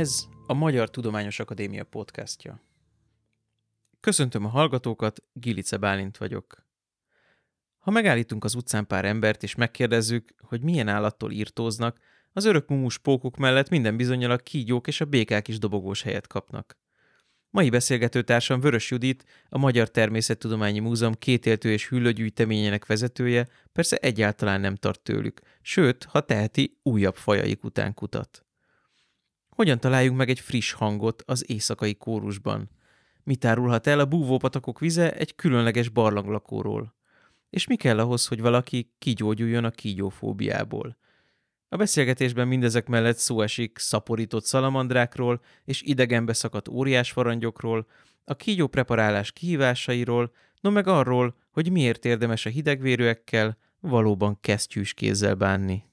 Ez a Magyar Tudományos Akadémia podcastja. Köszöntöm a hallgatókat, Gilice Bálint vagyok. Ha megállítunk az utcán pár embert és megkérdezzük, hogy milyen állattól írtóznak, az örök mumus pókok mellett minden bizonnyal a kígyók és a békák is dobogós helyet kapnak. Mai beszélgetőtársam Vörös Judit, a Magyar Természettudományi Múzeum kétéltő és hüllőgyűjteményének vezetője, persze egyáltalán nem tart tőlük, sőt, ha teheti, újabb fajaik után kutat. Hogyan találjunk meg egy friss hangot az éjszakai kórusban? Mit árulhat el a búvópatakok vize egy különleges barlanglakóról? És mi kell ahhoz, hogy valaki kigyógyuljon a kígyófóbiából? A beszélgetésben mindezek mellett szó esik szaporított szalamandrákról és idegenbe szakadt óriásvarangyokról, a kígyó preparálás kihívásairól, no meg arról, hogy miért érdemes a hidegvérűekkel valóban kesztyűs kézzel bánni.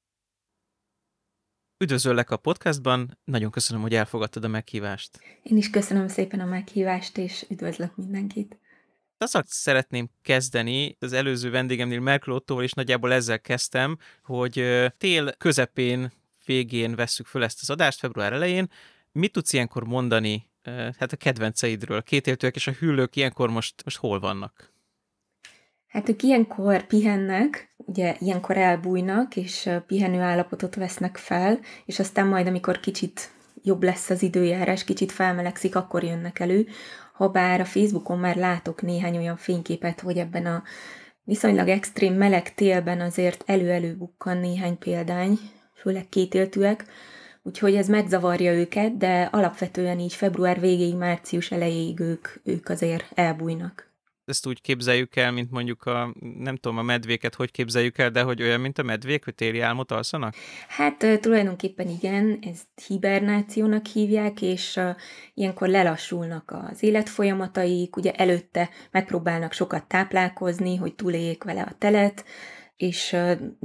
Üdvözöllek a podcastban, nagyon köszönöm, hogy elfogadtad a meghívást. Én is köszönöm szépen a meghívást, és üdvözlök mindenkit. Azt szeretném kezdeni, az előző vendégemnél Merkel Ottóval is nagyjából ezzel kezdtem, hogy tél közepén, végén vesszük föl ezt az adást, február elején. Mit tudsz ilyenkor mondani a kedvenceidről? Kétéltőek és a hüllők ilyenkor most hol vannak? Hát ők ilyenkor pihennek, ugye ilyenkor elbújnak, és pihenő állapotot vesznek fel, és aztán majd, amikor kicsit jobb lesz az időjárás, kicsit felmelegszik, akkor jönnek elő. Habár a Facebookon már látok néhány olyan fényképet, hogy ebben a viszonylag extrém meleg télben azért elő-előbukkan néhány példány, főleg kétéltőek, úgyhogy ez megzavarja őket, de alapvetően így február végéig, március elejéig ők azért elbújnak. Ezt úgy képzeljük el, mint mondjuk nem tudom, a medvéket hogy képzeljük el, de hogy olyan, mint a medvék, hogy téli álmot alszanak? Hát tulajdonképpen igen, ezt hibernációnak hívják, és ilyenkor lelassulnak az életfolyamataik, ugye előtte megpróbálnak sokat táplálkozni, hogy túléljék vele a telet, és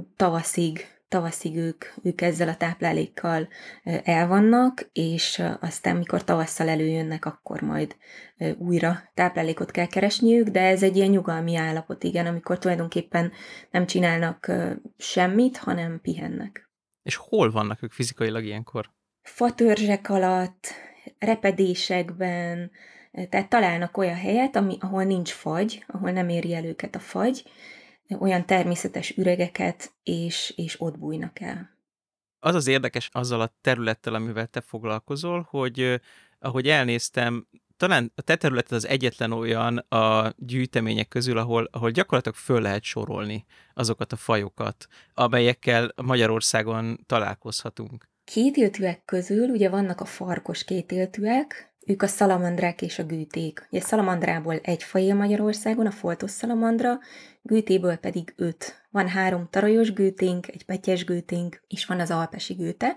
tavaszig ők ezzel a táplálékkal elvannak, és aztán, mikor tavasszal előjönnek, akkor majd újra táplálékot kell keresniük, de ez egy ilyen nyugalmi állapot, igen, amikor tulajdonképpen nem csinálnak semmit, hanem pihennek. És hol vannak ők fizikailag ilyenkor? Fatörzsek alatt, repedésekben, tehát találnak olyan helyet, ahol nincs fagy, ahol nem éri el őket a fagy, olyan természetes üregeket, és ott bújnak el. Az az érdekes azzal a területtel, amivel te foglalkozol, hogy ahogy elnéztem, talán a te területed az egyetlen olyan a gyűjtemények közül, ahol gyakorlatilag föl lehet sorolni azokat a fajokat, amelyekkel Magyarországon találkozhatunk. Kétéltűek közül ugye vannak a farkos kétéltűek, ők a szalamandrák és a gűték. Ugye szalamandrából egy faj él Magyarországon, a foltos szalamandra, gűtéből pedig 5. Van 3 tarajos gűténk, egy petyes gűténk, és van az alpesi gűte.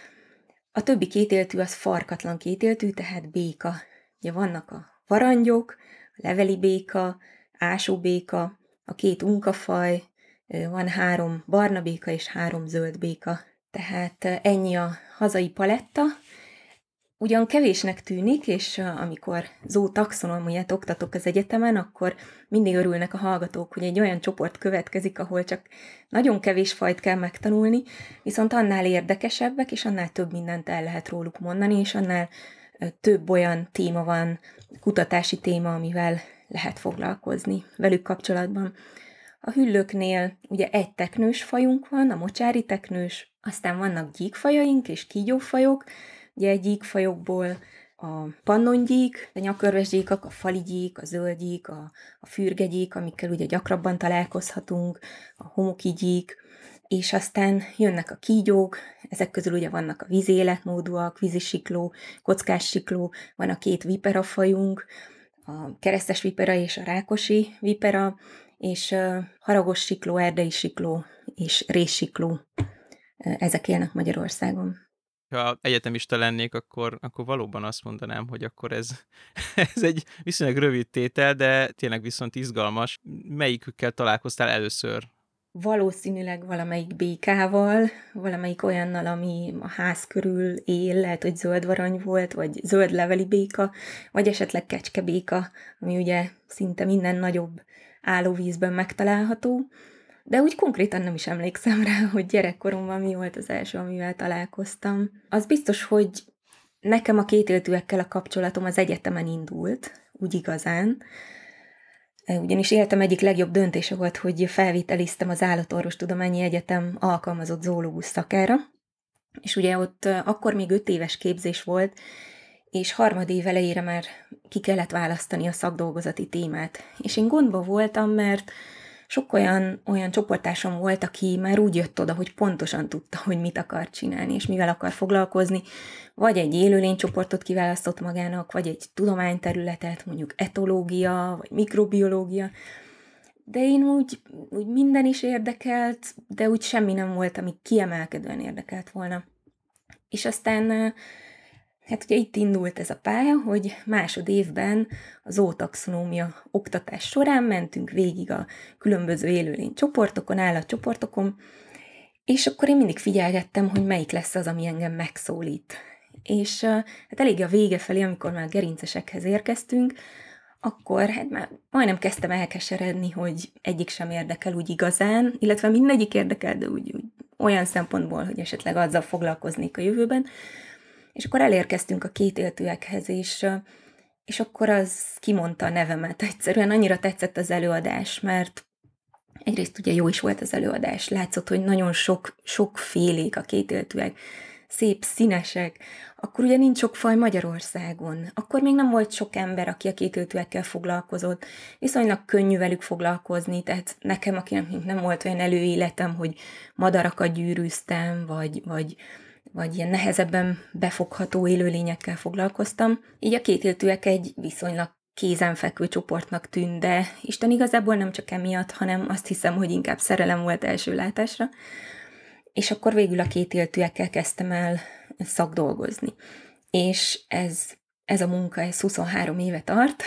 A többi kétéltű az farkatlan kétéltű, tehát béka. Ugye vannak a varangyok, a leveli béka, ásóbéka, a 2 unkafaj, van 3 barna béka és 3 zöld béka. Tehát ennyi a hazai paletta. Ugyan kevésnek tűnik, és amikor zootaxonomiát oktatok az egyetemen, akkor mindig örülnek a hallgatók, hogy egy olyan csoport következik, ahol csak nagyon kevés fajt kell megtanulni, viszont annál érdekesebbek, és annál több mindent el lehet róluk mondani, és annál több olyan téma van, kutatási téma, amivel lehet foglalkozni velük kapcsolatban. A hüllőknél ugye egy teknős fajunk van, a mocsári teknős, aztán vannak gyíkfajaink és kígyófajok, ugye gyíkfajokból a pannongyík, a nyakörvesgyíkak, a faligyík, a zöldgyík, a fürgegyík, amikkel ugye gyakrabban találkozhatunk, a homokigyík, és aztán jönnek a kígyók, ezek közül ugye vannak a vízi életmódúak, vízisikló, kockássikló, van a 2 viperafajunk, a keresztes vipera és a rákosi vipera, és haragos sikló, erdei sikló és rézsikló. Ezek élnek Magyarországon. Ha egyetemista lennék, akkor valóban azt mondanám, hogy akkor ez egy viszonylag rövid tétel, de tényleg viszont izgalmas. Melyikükkel találkoztál először? Valószínűleg valamelyik békával, valamelyik olyannal, ami a ház körül él, lehet, hogy zöld varany volt, vagy zöld leveli béka, vagy esetleg kecskebéka, ami ugye szinte minden nagyobb állóvízben megtalálható. De úgy konkrétan nem is emlékszem rá, hogy gyerekkoromban mi volt az első, amivel találkoztam. Az biztos, hogy nekem a kétéltűekkel a kapcsolatom az egyetemen indult, úgy igazán. Ugyanis életem egyik legjobb döntése volt, hogy felvételiztem az Állatorvostudományi Egyetem alkalmazott zoológus szakára, és ugye ott akkor még 5 éves képzés volt, és harmadév elejére már ki kellett választani a szakdolgozati témát. És én gondba voltam, mert sok olyan csoporttársam volt, aki már úgy jött oda, hogy pontosan tudta, hogy mit akar csinálni, és mivel akar foglalkozni. Vagy egy élőlénycsoportot kiválasztott magának, vagy egy tudományterületet, mondjuk etológia, vagy mikrobiológia. De én úgy minden is érdekelt, de úgy semmi nem volt, ami kiemelkedően érdekelt volna. És aztán hát ugye itt indult ez a pálya, hogy másodévben a zootaxonómia oktatás során mentünk végig a különböző élőlény csoportokon, állatcsoportokon, és akkor én mindig figyelgettem, hogy melyik lesz az, ami engem megszólít. És hát eléggé a vége felé, amikor már gerincesekhez érkeztünk, akkor hát már majdnem kezdtem elkeseredni, hogy egyik sem érdekel úgy igazán, illetve mindegyik érdekel, de úgy olyan szempontból, hogy esetleg azzal foglalkoznék a jövőben. És akkor elérkeztünk a kétéltűekhez, és akkor az kimondta a nevemet. Egyszerűen annyira tetszett az előadás, mert egyrészt ugye jó is volt az előadás, látszott, hogy nagyon sokfélék a kétéltűek, szép, színesek, akkor ugye nincs sok faj Magyarországon, akkor még nem volt sok ember, aki a kétéltűekkel foglalkozott, viszonylag könnyű velük foglalkozni, tehát nekem, akinek nem volt olyan előéletem, hogy madarakat gyűrűztem, vagy ilyen nehezebben befogható élőlényekkel foglalkoztam. Így a kétéltűek egy viszonylag kézenfekvő csoportnak tűnt, de Isten igazából nem csak emiatt, hanem azt hiszem, hogy inkább szerelem volt első látásra. És akkor végül a kétéltűekkel kezdtem el szakdolgozni. És ez a munka, ez 23 éve tart,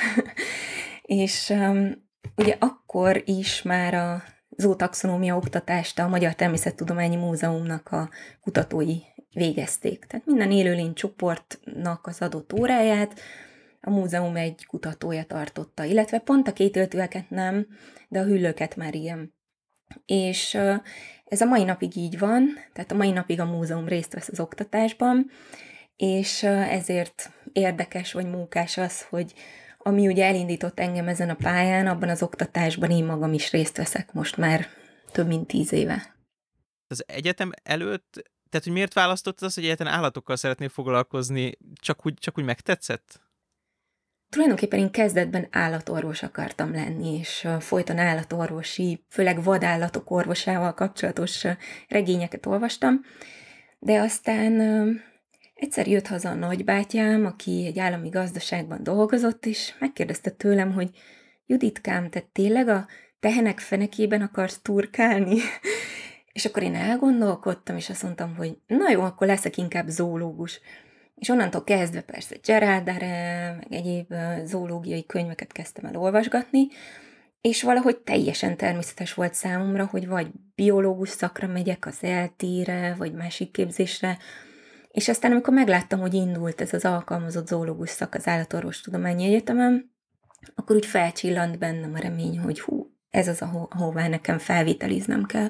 és ugye akkor is már a zootaxonómia oktatást a Magyar Természettudományi Múzeumnak a kutatói végezték. Tehát minden élőlény csoportnak az adott óráját a múzeum egy kutatója tartotta, illetve pont a kétéltűeket nem, de a hüllőket már igen. És ez a mai napig így van, tehát a mai napig a múzeum részt vesz az oktatásban, és ezért érdekes vagy mókás az, hogy ami ugye elindított engem ezen a pályán, abban az oktatásban én magam is részt veszek most már több mint 10 éve. Az egyetem előtt, tehát hogy miért választottad azt, hogy egyáltalán állatokkal szeretnél foglalkozni, csak úgy megtetszett? Tulajdonképpen én kezdetben állatorvos akartam lenni, és folyton állatorvosi, főleg vadállatok orvosával kapcsolatos regényeket olvastam, de aztán egyszer jött haza a nagybátyám, aki egy állami gazdaságban dolgozott, és megkérdezte tőlem, hogy Juditkám, te tényleg a tehenek fenekében akarsz turkálni? És akkor én elgondolkodtam, és azt mondtam, hogy na jó, akkor leszek inkább zoológus. És onnantól kezdve persze Gerald Darrell, meg egyéb zoológiai könyveket kezdtem el olvasgatni, és valahogy teljesen természetes volt számomra, hogy vagy biológus szakra megyek az ELTE-re, vagy másik képzésre, és aztán amikor megláttam, hogy indult ez az alkalmazott zoológus szak az Állatorvostudományi Egyetemen, akkor úgy felcsillant bennem a remény, hogy ez az, ahová nekem felvételiznem kell.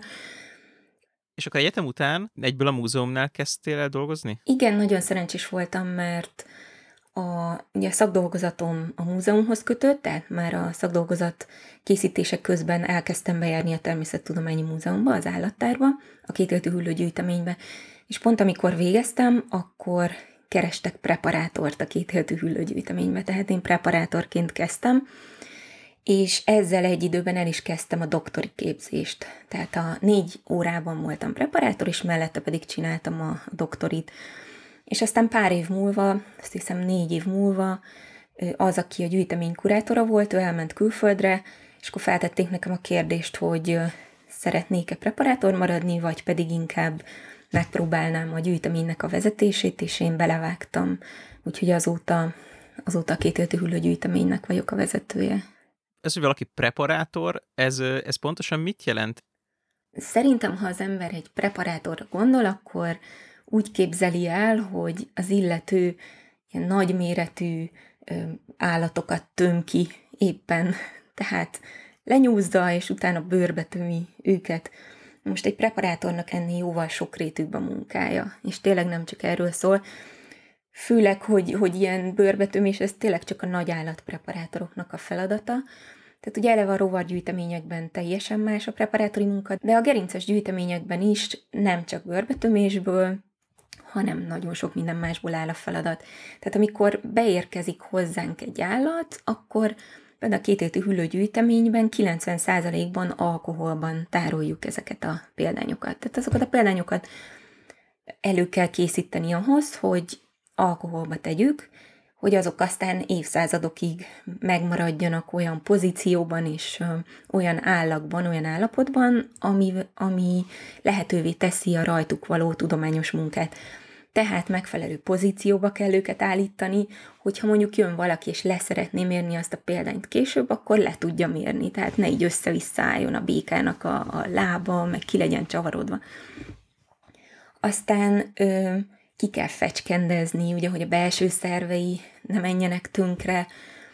És akkor egyetem után egyből a múzeumnál kezdtél el dolgozni? Igen, nagyon szerencsés voltam, mert ugye a szakdolgozatom a múzeumhoz kötött, tehát már a szakdolgozat készítések közben elkezdtem bejárni a Természettudományi Múzeumba, az állattárba, a kétéltű hüllőgyűjteménybe, és pont amikor végeztem, akkor kerestek preparátort a kétéltű hüllőgyűjteménybe, tehát én preparátorként kezdtem, és ezzel egy időben el is kezdtem a doktori képzést. Tehát a 4 órában voltam preparátor, és mellette pedig csináltam a doktorit. És aztán pár év múlva, azt hiszem 4 év múlva, az, aki a gyűjtemény kurátora volt, ő elment külföldre, és akkor feltették nekem a kérdést, hogy szeretnék-e preparátor maradni, vagy pedig inkább megpróbálnám a gyűjteménynek a vezetését, és én belevágtam. Úgyhogy azóta a kétéltű hüllőgyűjteménynek vagyok a vezetője. Ez, hogy valaki preparátor, ez pontosan mit jelent? Szerintem, ha az ember egy preparátorra gondol, akkor úgy képzeli el, hogy az illető ilyen nagyméretű állatokat töm ki éppen, tehát lenyúzza, és utána bőrbe tömi őket. Most egy preparátornak ennél jóval sokrétűbb a munkája, és tényleg nem csak erről szól. Főleg, hogy ilyen bőrbetömés, ez tényleg csak a nagy állatpreparátoroknak a feladata. Tehát ugye eleve a rovargyűjteményekben teljesen más a preparátori munka, de a gerinces gyűjteményekben is nem csak bőrbetömésből, hanem nagyon sok minden másból áll a feladat. Tehát amikor beérkezik hozzánk egy állat, akkor például a kétéltű hüllőgyűjteményben 90%-ban alkoholban tároljuk ezeket a példányokat. Tehát azokat a példányokat elő kell készíteni ahhoz, hogy alkoholba tegyük, hogy azok aztán évszázadokig megmaradjanak olyan pozícióban és olyan állagban, olyan állapotban, ami lehetővé teszi a rajtuk való tudományos munkát. Tehát megfelelő pozícióba kell őket állítani, hogyha mondjuk jön valaki és leszeretné mérni azt a példányt később, akkor le tudja mérni, tehát ne így össze-vissza álljon a békának a lába, meg ki legyen csavarodva. Aztán ki kell fecskendezni, ugye, hogy a belső szervei ne menjenek tönkre,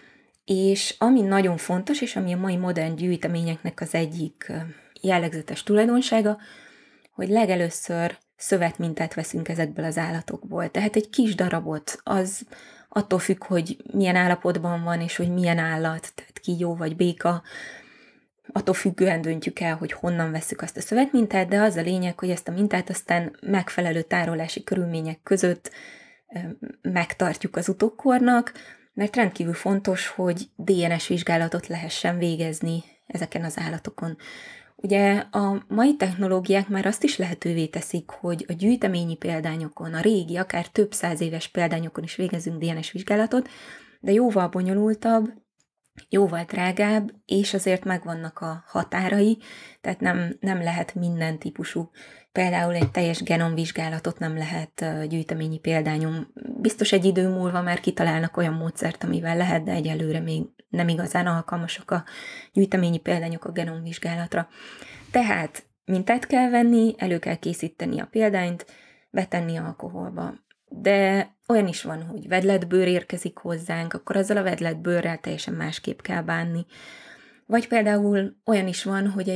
és ami nagyon fontos, és ami a mai modern gyűjteményeknek az egyik jellegzetes tulajdonsága, hogy legelőször szövetmintát veszünk ezekből az állatokból. Tehát egy kis darabot, az attól függ, hogy milyen állapotban van, és hogy milyen állat, tehát kígyó vagy béka, attól függően döntjük el, hogy honnan vesszük azt a szövetmintát, de az a lényeg, hogy ezt a mintát aztán megfelelő tárolási körülmények között megtartjuk az utókornak, mert rendkívül fontos, hogy DNS vizsgálatot lehessen végezni ezeken az állatokon. Ugye a mai technológiák már azt is lehetővé teszik, hogy a gyűjteményi példányokon, a régi, akár több száz éves példányokon is végezünk DNS vizsgálatot, de jóval bonyolultabb, jóval drágább, és azért megvannak a határai, tehát nem lehet minden típusú. Például egy teljes genomvizsgálatot nem lehet gyűjteményi példányon. Biztos egy idő múlva már kitalálnak olyan módszert, amivel lehet, de egyelőre még nem igazán alkalmasak a gyűjteményi példányok a genomvizsgálatra. Tehát mintát kell venni, elő kell készíteni a példányt, betenni alkoholba. De olyan is van, hogy vedletbőr érkezik hozzánk, akkor azzal a vedletbőrrel teljesen másképp kell bánni. Vagy például olyan is van, hogy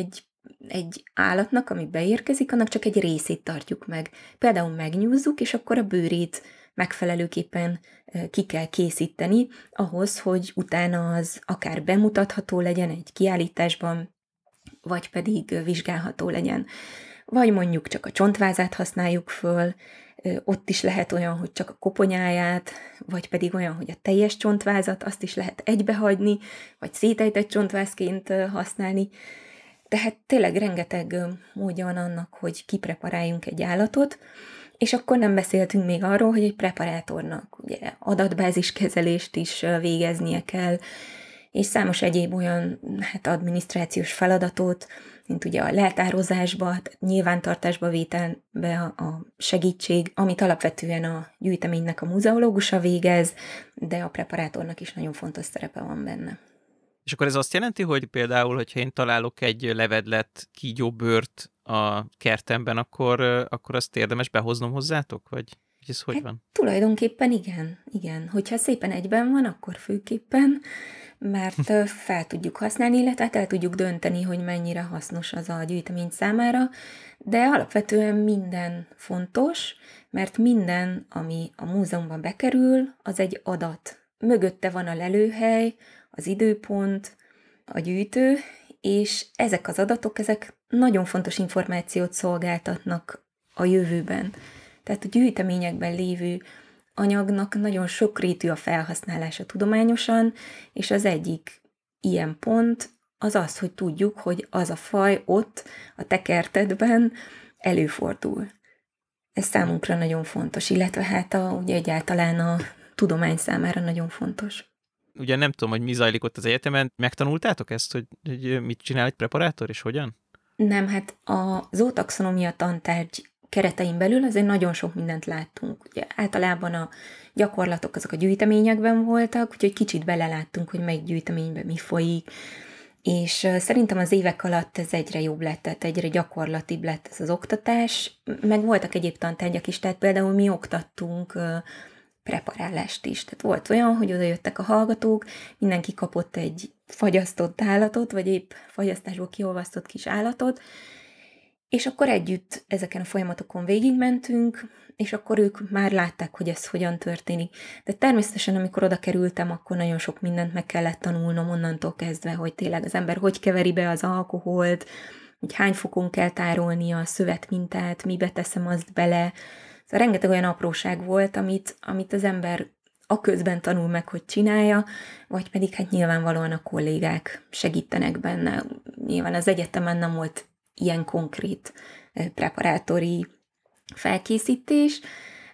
egy állatnak, ami beérkezik, annak csak egy részét tartjuk meg. Például megnyúzzuk, és akkor a bőrét megfelelőképpen ki kell készíteni ahhoz, hogy utána az akár bemutatható legyen egy kiállításban, vagy pedig vizsgálható legyen. Vagy mondjuk csak a csontvázát használjuk föl, ott is lehet olyan, hogy csak a koponyáját, vagy pedig olyan, hogy a teljes csontvázat, azt is lehet egybehagyni, vagy szétejtett csontvázként használni. Tehát tényleg rengeteg módja van annak, hogy kipreparáljunk egy állatot, és akkor nem beszéltünk még arról, hogy egy preparátornak ugye adatbáziskezelést is végeznie kell, és számos egyéb olyan adminisztrációs feladatot, mint ugye a leltározásba, tehát nyilvántartásba vételbe a segítség, amit alapvetően a gyűjteménynek a muzeológusa végez, de a preparátornak is nagyon fontos szerepe van benne. És akkor ez azt jelenti, hogy például, hogyha én találok egy levedlet kígyóbőrt a kertemben, akkor azt érdemes behoznom hozzátok? Vagy ez hogy van? Tulajdonképpen igen. Hogyha szépen egyben van, akkor főképpen, mert fel tudjuk használni, illetve el tudjuk dönteni, hogy mennyire hasznos az a gyűjtemény számára, de alapvetően minden fontos, mert minden, ami a múzeumban bekerül, az egy adat. Mögötte van a lelőhely, az időpont, a gyűjtő, és ezek az adatok, ezek nagyon fontos információt szolgáltatnak a jövőben. Tehát a gyűjteményekben lévő anyagnak nagyon sokrétű a felhasználása tudományosan, és az egyik ilyen pont az az, hogy tudjuk, hogy az a faj ott, a te kertedben előfordul. Ez számunkra nagyon fontos, illetve ugye egyáltalán a tudomány számára nagyon fontos. Ugye nem tudom, hogy mi zajlik ott az egyetemen. Megtanultátok ezt, hogy mit csinál egy preparátor, és hogyan? Nem, a zootaxonomia tantárgy keretein belül azért nagyon sok mindent láttunk. Ugye általában a gyakorlatok azok a gyűjteményekben voltak, úgyhogy kicsit beleláttunk, hogy melyik gyűjteményben mi folyik, és szerintem az évek alatt ez egyre jobb lett, tehát egyre gyakorlatibb lett ez az oktatás, meg voltak egyéb tantárgyak is, tehát például mi oktattunk preparálást is. Tehát volt olyan, hogy oda jöttek a hallgatók, mindenki kapott egy fagyasztott állatot, vagy épp fagyasztásból kiolvasztott kis állatot, És akkor együtt ezeken a folyamatokon végigmentünk, és akkor ők már látták, hogy ez hogyan történik. De természetesen, amikor oda kerültem, akkor nagyon sok mindent meg kellett tanulnom onnantól kezdve, hogy tényleg az ember hogy keveri be az alkoholt, hogy hány fokon kell tárolnia a szövetmintát, mibe teszem azt bele. Szóval rengeteg olyan apróság volt, amit az ember aközben tanul meg, hogy csinálja, vagy pedig hát nyilvánvalóan a kollégák segítenek benne. Nyilván az egyetemen nem volt ilyen konkrét preparátori felkészítés,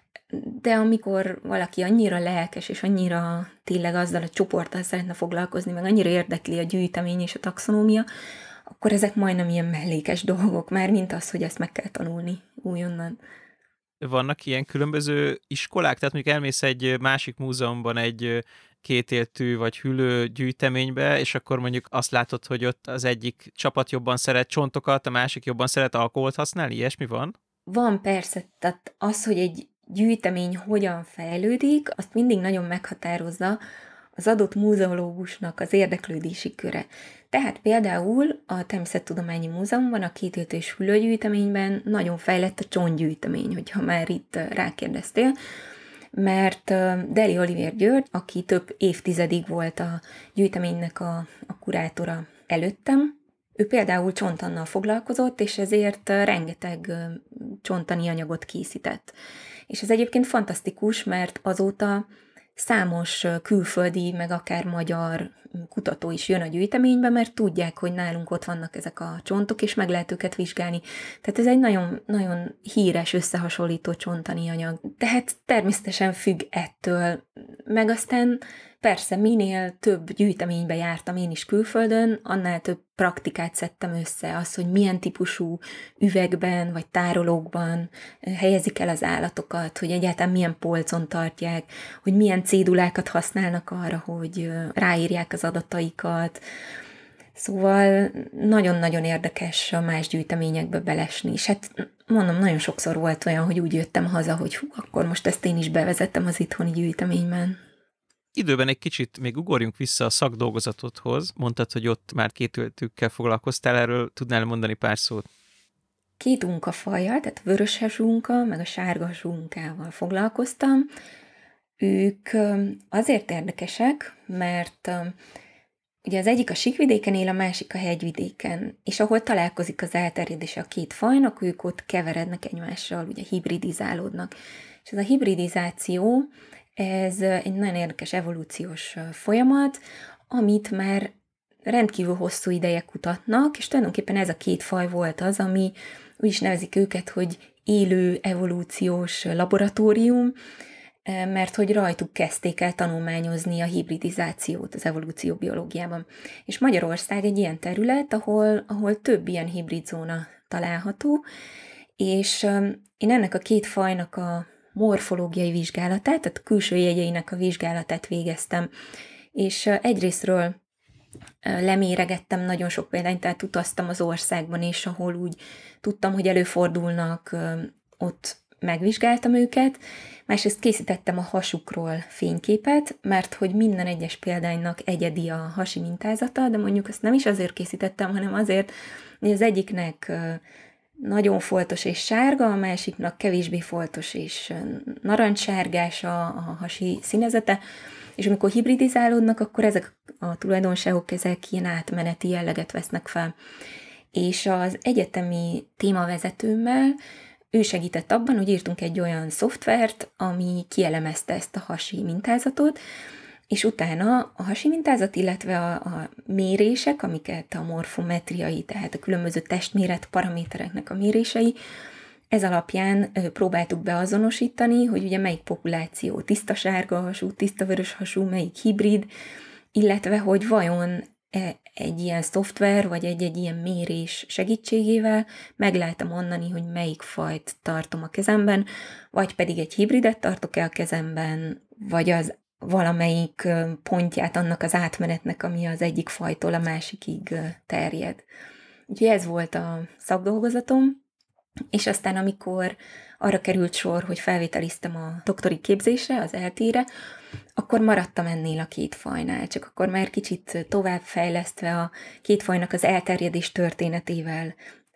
de amikor valaki annyira lelkes, és annyira tényleg azzal a csoporttal szeretne foglalkozni, meg annyira érdekli a gyűjtemény és a taxonómia, akkor ezek majdnem ilyen mellékes dolgok már, mint az, hogy ezt meg kell tanulni újonnan. Vannak ilyen különböző iskolák? Tehát mondjuk elmész egy másik múzeumban egy kétéltű vagy hüllő gyűjteménybe, és akkor mondjuk azt látod, hogy ott az egyik csapat jobban szeret csontokat, a másik jobban szeret alkoholt használni? Ilyesmi van? Van persze, tehát az, hogy egy gyűjtemény hogyan fejlődik, azt mindig nagyon meghatározza az adott múzeológusnak az érdeklődési köre. Tehát például a Természettudományi Múzeumban, a kétéltős hüllőgyűjteményben nagyon fejlett a csontgyűjtemény, hogyha már itt rákérdeztél, mert Deli Olivér György, aki több évtizedig volt a gyűjteménynek a kurátora előttem, ő például csontannal foglalkozott, és ezért rengeteg csontani anyagot készített. És ez egyébként fantasztikus, mert azóta számos külföldi, meg akár magyar kutató is jön a gyűjteménybe, mert tudják, hogy nálunk ott vannak ezek a csontok, és meg lehet őket vizsgálni. Tehát ez egy nagyon, nagyon híres, összehasonlító csontani anyag. Tehát természetesen függ ettől. Meg aztán persze minél több gyűjteménybe jártam én is külföldön, annál több praktikát szedtem össze, az, hogy milyen típusú üvegben vagy tárolókban helyezik el az állatokat, hogy egyáltalán milyen polcon tartják, hogy milyen cédulákat használnak arra, hogy ráírják az adataikat. Szóval nagyon-nagyon érdekes a más gyűjteményekbe belesni. És hát mondom, nagyon sokszor volt olyan, hogy úgy jöttem haza, hogy hú, akkor most ezt én is bevezettem az itthoni gyűjteményben. Időben egy kicsit még ugorjunk vissza a szakdolgozatodhoz. Mondtad, hogy ott már kétéltűkkel foglalkoztál, erről tudnál mondani pár szót? Két unkafajjal, tehát a vöröshasú unka, meg a sárgahasú unkával foglalkoztam. Ők azért érdekesek, mert ugye az egyik a síkvidéken él, a másik a hegyvidéken, és ahol találkozik az elterjedés a két fajnak, ők ott keverednek egymással, ugye hibridizálódnak. És ez a hibridizáció, ez egy nagyon érdekes evolúciós folyamat, amit már rendkívül hosszú ideje kutatnak, és tulajdonképpen ez a két faj volt az, ami úgy is nevezik őket, hogy élő evolúciós laboratórium, mert hogy rajtuk kezdték el tanulmányozni a hibridizációt az evolúcióbiológiában. És Magyarország egy ilyen terület, ahol több ilyen hibridzóna található, és én ennek a két fajnak a morfológiai vizsgálatát, tehát a külső jegyeinek a vizsgálatát végeztem, és egyrésztről leméregettem nagyon sok példányt, tehát utaztam az országban, és ahol úgy tudtam, hogy előfordulnak, ott megvizsgáltam őket, másrészt készítettem a hasukról fényképet, mert hogy minden egyes példánynak egyedi a hasi mintázata, de mondjuk ezt nem is azért készítettem, hanem azért, hogy az egyiknek nagyon foltos és sárga, a másiknak kevésbé foltos és narancssárgás a hasi színezete, és amikor hibridizálódnak, akkor ezek a tulajdonságok, ezek ilyen átmeneti jelleget vesznek fel. És az egyetemi témavezetőmmel ő segített abban, hogy írtunk egy olyan szoftvert, ami kielemezte ezt a hasi mintázatot, és utána a hasi mintázat, illetve a mérések, amiket a morfometriai, tehát a különböző testméret paramétereknek a mérései, ez alapján próbáltuk beazonosítani, hogy ugye melyik populáció tiszta sárga hasú, tiszta vörös hasú, melyik hibrid, illetve hogy vajon egy ilyen szoftver, vagy egy ilyen mérés segítségével meg lehet mondani, hogy melyik fajt tartom a kezemben, vagy pedig egy hibridet tartok-e a kezemben, vagy az valamelyik pontját annak az átmenetnek, ami az egyik fajtól a másikig terjed. Úgyhogy ez volt a szakdolgozatom, és aztán amikor arra került sor, hogy felvételiztem a doktori képzésre, az ELTE-re, akkor maradtam ennél a két fajnál, csak akkor már kicsit továbbfejlesztve a két fajnak az elterjedés történetével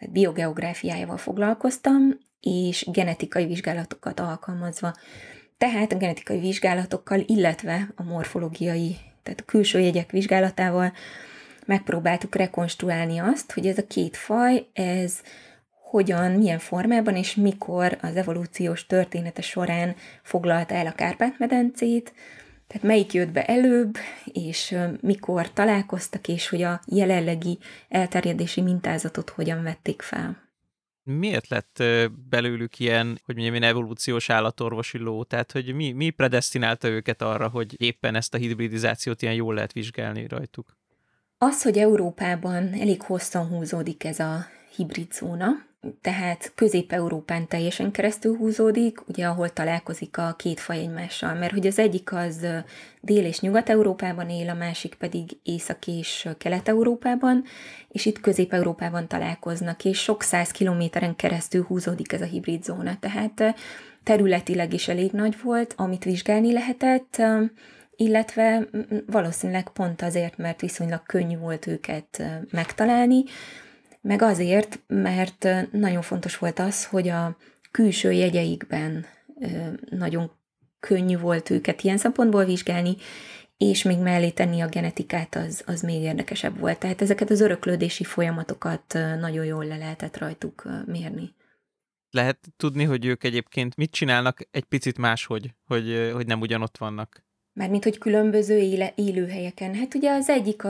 biogeográfiájával foglalkoztam, és genetikai vizsgálatokat alkalmazva. Tehát a genetikai vizsgálatokkal, illetve a morfológiai, tehát a külső jegyek vizsgálatával megpróbáltuk rekonstruálni azt, hogy ez a két faj, ez hogyan, milyen formában és mikor az evolúciós története során foglalta el a Kárpát-medencét, tehát melyik jött be előbb, és mikor találkoztak, és hogy a jelenlegi elterjedési mintázatot hogyan vették fel. Miért lett belőlük ilyen, hogy mondjam, ilyen evolúciós állatorvosi ló? Tehát, hogy mi predesztinálta őket arra, hogy éppen ezt a hibridizációt ilyen jól lehet vizsgálni rajtuk? Az, hogy Európában elég hosszan húzódik ez a hibrid zóna, tehát Közép-Európán teljesen keresztül húzódik, ugye ahol találkozik a két faj egymással, mert hogy az egyik az Dél- és Nyugat-Európában él, a másik pedig Észak- és Kelet-Európában, és itt Közép-Európában találkoznak, és sok száz kilométeren keresztül húzódik ez a hibrid zóna, tehát területileg is elég nagy volt, amit vizsgálni lehetett, illetve valószínűleg pont azért, mert viszonylag könnyű volt őket megtalálni, meg azért, mert nagyon fontos volt az, hogy a külső jegyeikben nagyon könnyű volt őket ilyen szempontból vizsgálni, és még mellé tenni a genetikát, az még érdekesebb volt. Tehát ezeket az öröklődési folyamatokat nagyon jól le lehetett rajtuk mérni. Lehet tudni, hogy ők egyébként mit csinálnak egy picit máshogy, hogy nem ugyanott vannak? Mármint, hogy különböző élőhelyeken. Hát ugye az egyik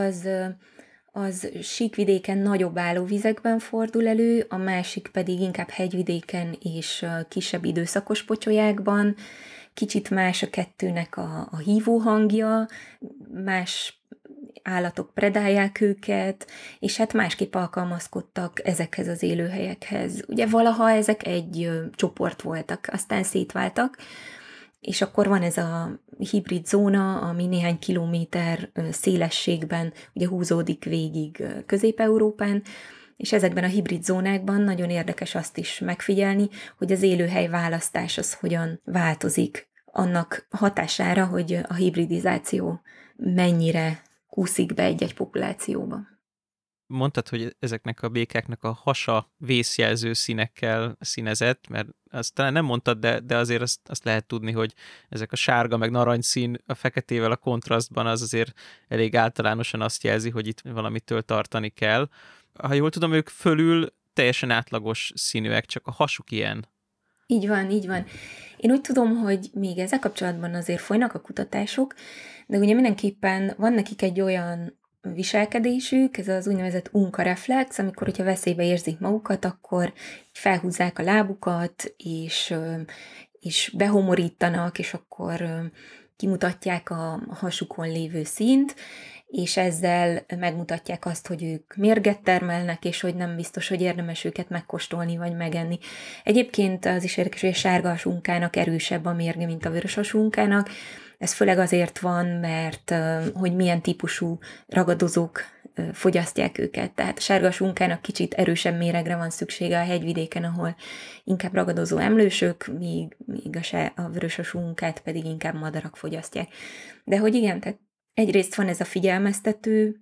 az síkvidéken, nagyobb állóvizekben fordul elő, a másik pedig inkább hegyvidéken és kisebb időszakos pocsolyákban. Kicsit más a kettőnek a hívó hangja, más állatok predálják őket, és hát másképp alkalmazkodtak ezekhez az élőhelyekhez. Ugye valaha ezek egy csoport voltak, aztán szétváltak, és akkor van ez a hibrid zóna, ami néhány kilométer szélességben ugye húzódik végig Közép-Európán, és ezekben a hibrid zónákban nagyon érdekes azt is megfigyelni, hogy az élőhely választás az hogyan változik annak hatására, hogy a hibridizáció mennyire kúszik be egy-egy populációba. Mondtad, hogy ezeknek a békáknak a hasa vészjelző színekkel színezett, mert azt talán nem mondtad, de azért azt lehet tudni, hogy ezek a sárga meg narancsszín a feketével a kontrasztban az azért elég általánosan azt jelzi, hogy itt valamitől tartani kell. Ha jól tudom, ők fölül teljesen átlagos színűek, csak a hasuk ilyen. Így van, így van. Én úgy tudom, hogy még ezzel kapcsolatban azért folynak a kutatások, de ugye mindenképpen van nekik egy olyan viselkedésük, ez az úgynevezett unka-reflex, amikor, hogyha veszélybe érzik magukat, akkor felhúzzák a lábukat, és behomorítanak, és akkor kimutatják a hasukon lévő színt, és ezzel megmutatják azt, hogy ők mérget termelnek, és hogy nem biztos, hogy érdemes őket megkóstolni vagy megenni. Egyébként az is érdekes, hogy a sárgahasúnkának erősebb a mérge, mint a vöröshasúnkának. Ez főleg azért van, mert hogy milyen típusú ragadozók fogyasztják őket. Tehát a sárgahasúnkának kicsit erősebb méregre van szüksége a hegyvidéken, ahol inkább ragadozó emlősök, míg a vöröshasúnkát pedig inkább madarak fogyasztják. De hogy igen, tehát egyrészt van ez a figyelmeztető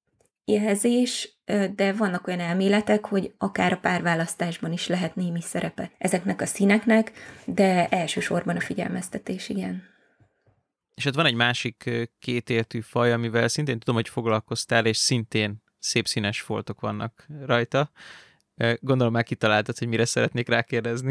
jelzés, de vannak olyan elméletek, hogy akár a párválasztásban is lehet némi szerepe ezeknek a színeknek, de elsősorban a figyelmeztetés, igen. És hát van egy másik kétéltű faj, amivel szintén tudom, hogy foglalkoztál, és szintén szép színes foltok vannak rajta. Gondolom már kitaláltad, hogy mire szeretnék rákérdezni.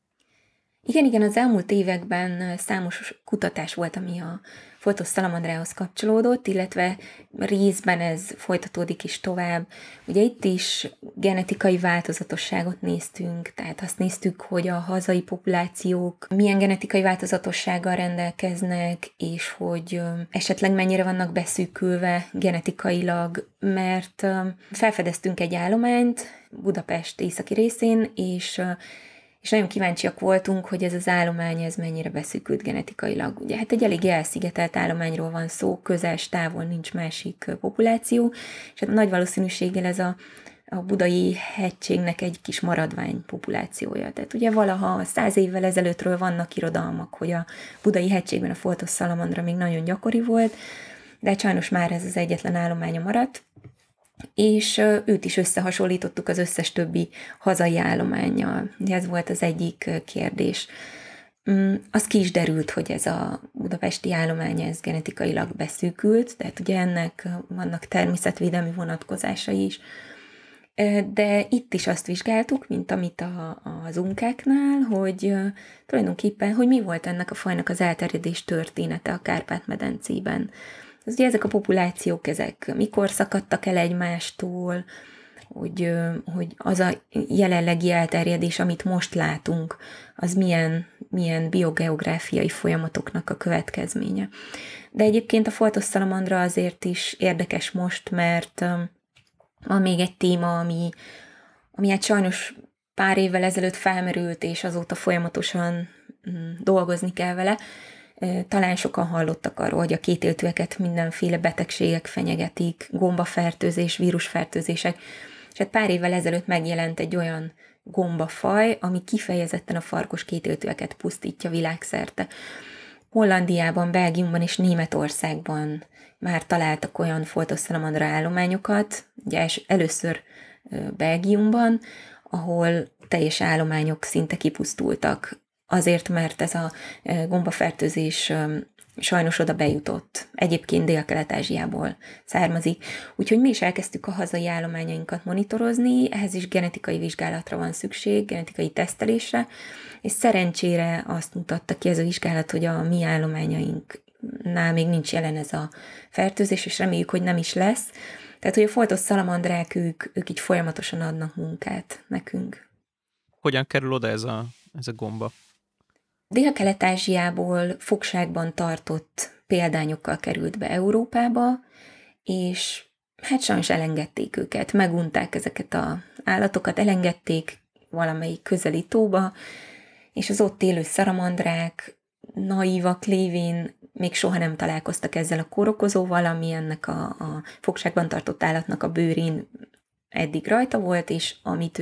Igen, az elmúlt években számos kutatás volt, ami a foltos szalamandrához kapcsolódott, illetve részben ez folytatódik is tovább. Ugye itt is genetikai változatosságot néztünk, tehát azt néztük, hogy a hazai populációk milyen genetikai változatossággal rendelkeznek, és hogy esetleg mennyire vannak beszűkülve genetikailag, mert felfedeztünk egy állományt Budapest északi részén, és nagyon kíváncsiak voltunk, hogy ez az állomány ez mennyire beszűkült genetikailag. Ugye hát egy elég elszigetelt állományról van szó, közel távol nincs másik populáció, és hát nagy valószínűséggel ez a budai hegységnek egy kis maradvány populációja. Tehát ugye valaha 100 évvel ezelőttről vannak irodalmak, hogy a budai hegységben a foltos szalamandra még nagyon gyakori volt, de sajnos már ez az egyetlen állománya maradt. és őt is összehasonlítottuk az összes többi hazai állománnyal. Ez volt az egyik kérdés. Az ki is derült, hogy ez a budapesti állomány ez genetikailag beszűkült, tehát ugye ennek vannak természetvédelmi vonatkozásai is. De itt is azt vizsgáltuk, mint amit az unkáknál, hogy tulajdonképpen, hogy mi volt ennek a fajnak az elterjedés története a Kárpát-medencében. Az ugye ezek a populációk, ezek mikor szakadtak el egymástól, hogy az a jelenlegi elterjedés, amit most látunk, az milyen biogeográfiai folyamatoknak a következménye. De egyébként a foltosszalamandra azért is érdekes most, mert van még egy téma, ami hát sajnos pár évvel ezelőtt felmerült, és azóta folyamatosan dolgozni kell vele. Talán sokan hallottak arról, hogy a kétéltűeket mindenféle betegségek fenyegetik, gombafertőzés, vírusfertőzések, és hát pár évvel ezelőtt megjelent egy olyan gombafaj, ami kifejezetten a farkos kétéltűeket pusztítja világszerte. Hollandiában, Belgiumban és Németországban már találtak olyan foltosszalamandra állományokat, ugye először Belgiumban, ahol teljes állományok szinte kipusztultak. Azért, mert ez a gombafertőzés sajnos oda bejutott. Egyébként Dél-Kelet-Ázsiából származik. Úgyhogy mi is elkezdtük a hazai állományainkat monitorozni, ehhez is genetikai vizsgálatra van szükség, genetikai tesztelésre, és szerencsére azt mutatta ki ez a vizsgálat, hogy a mi állományainknál még nincs jelen ez a fertőzés, és reméljük, hogy nem is lesz. Tehát, hogy a foltosszalamandrák, ők így folyamatosan adnak munkát nekünk. Hogyan kerül oda ez a gomba? Dél-Kelet-Ázsiából fogságban tartott példányokkal került be Európába, és hát sajnos elengedték őket, megunták ezeket az állatokat, elengedték valamelyik közeli tóba, és az ott élő szalamandrák naívak lévén még soha nem találkoztak ezzel a kórokozóval, ami ennek a fogságban tartott állatnak a bőrén eddig rajta volt, és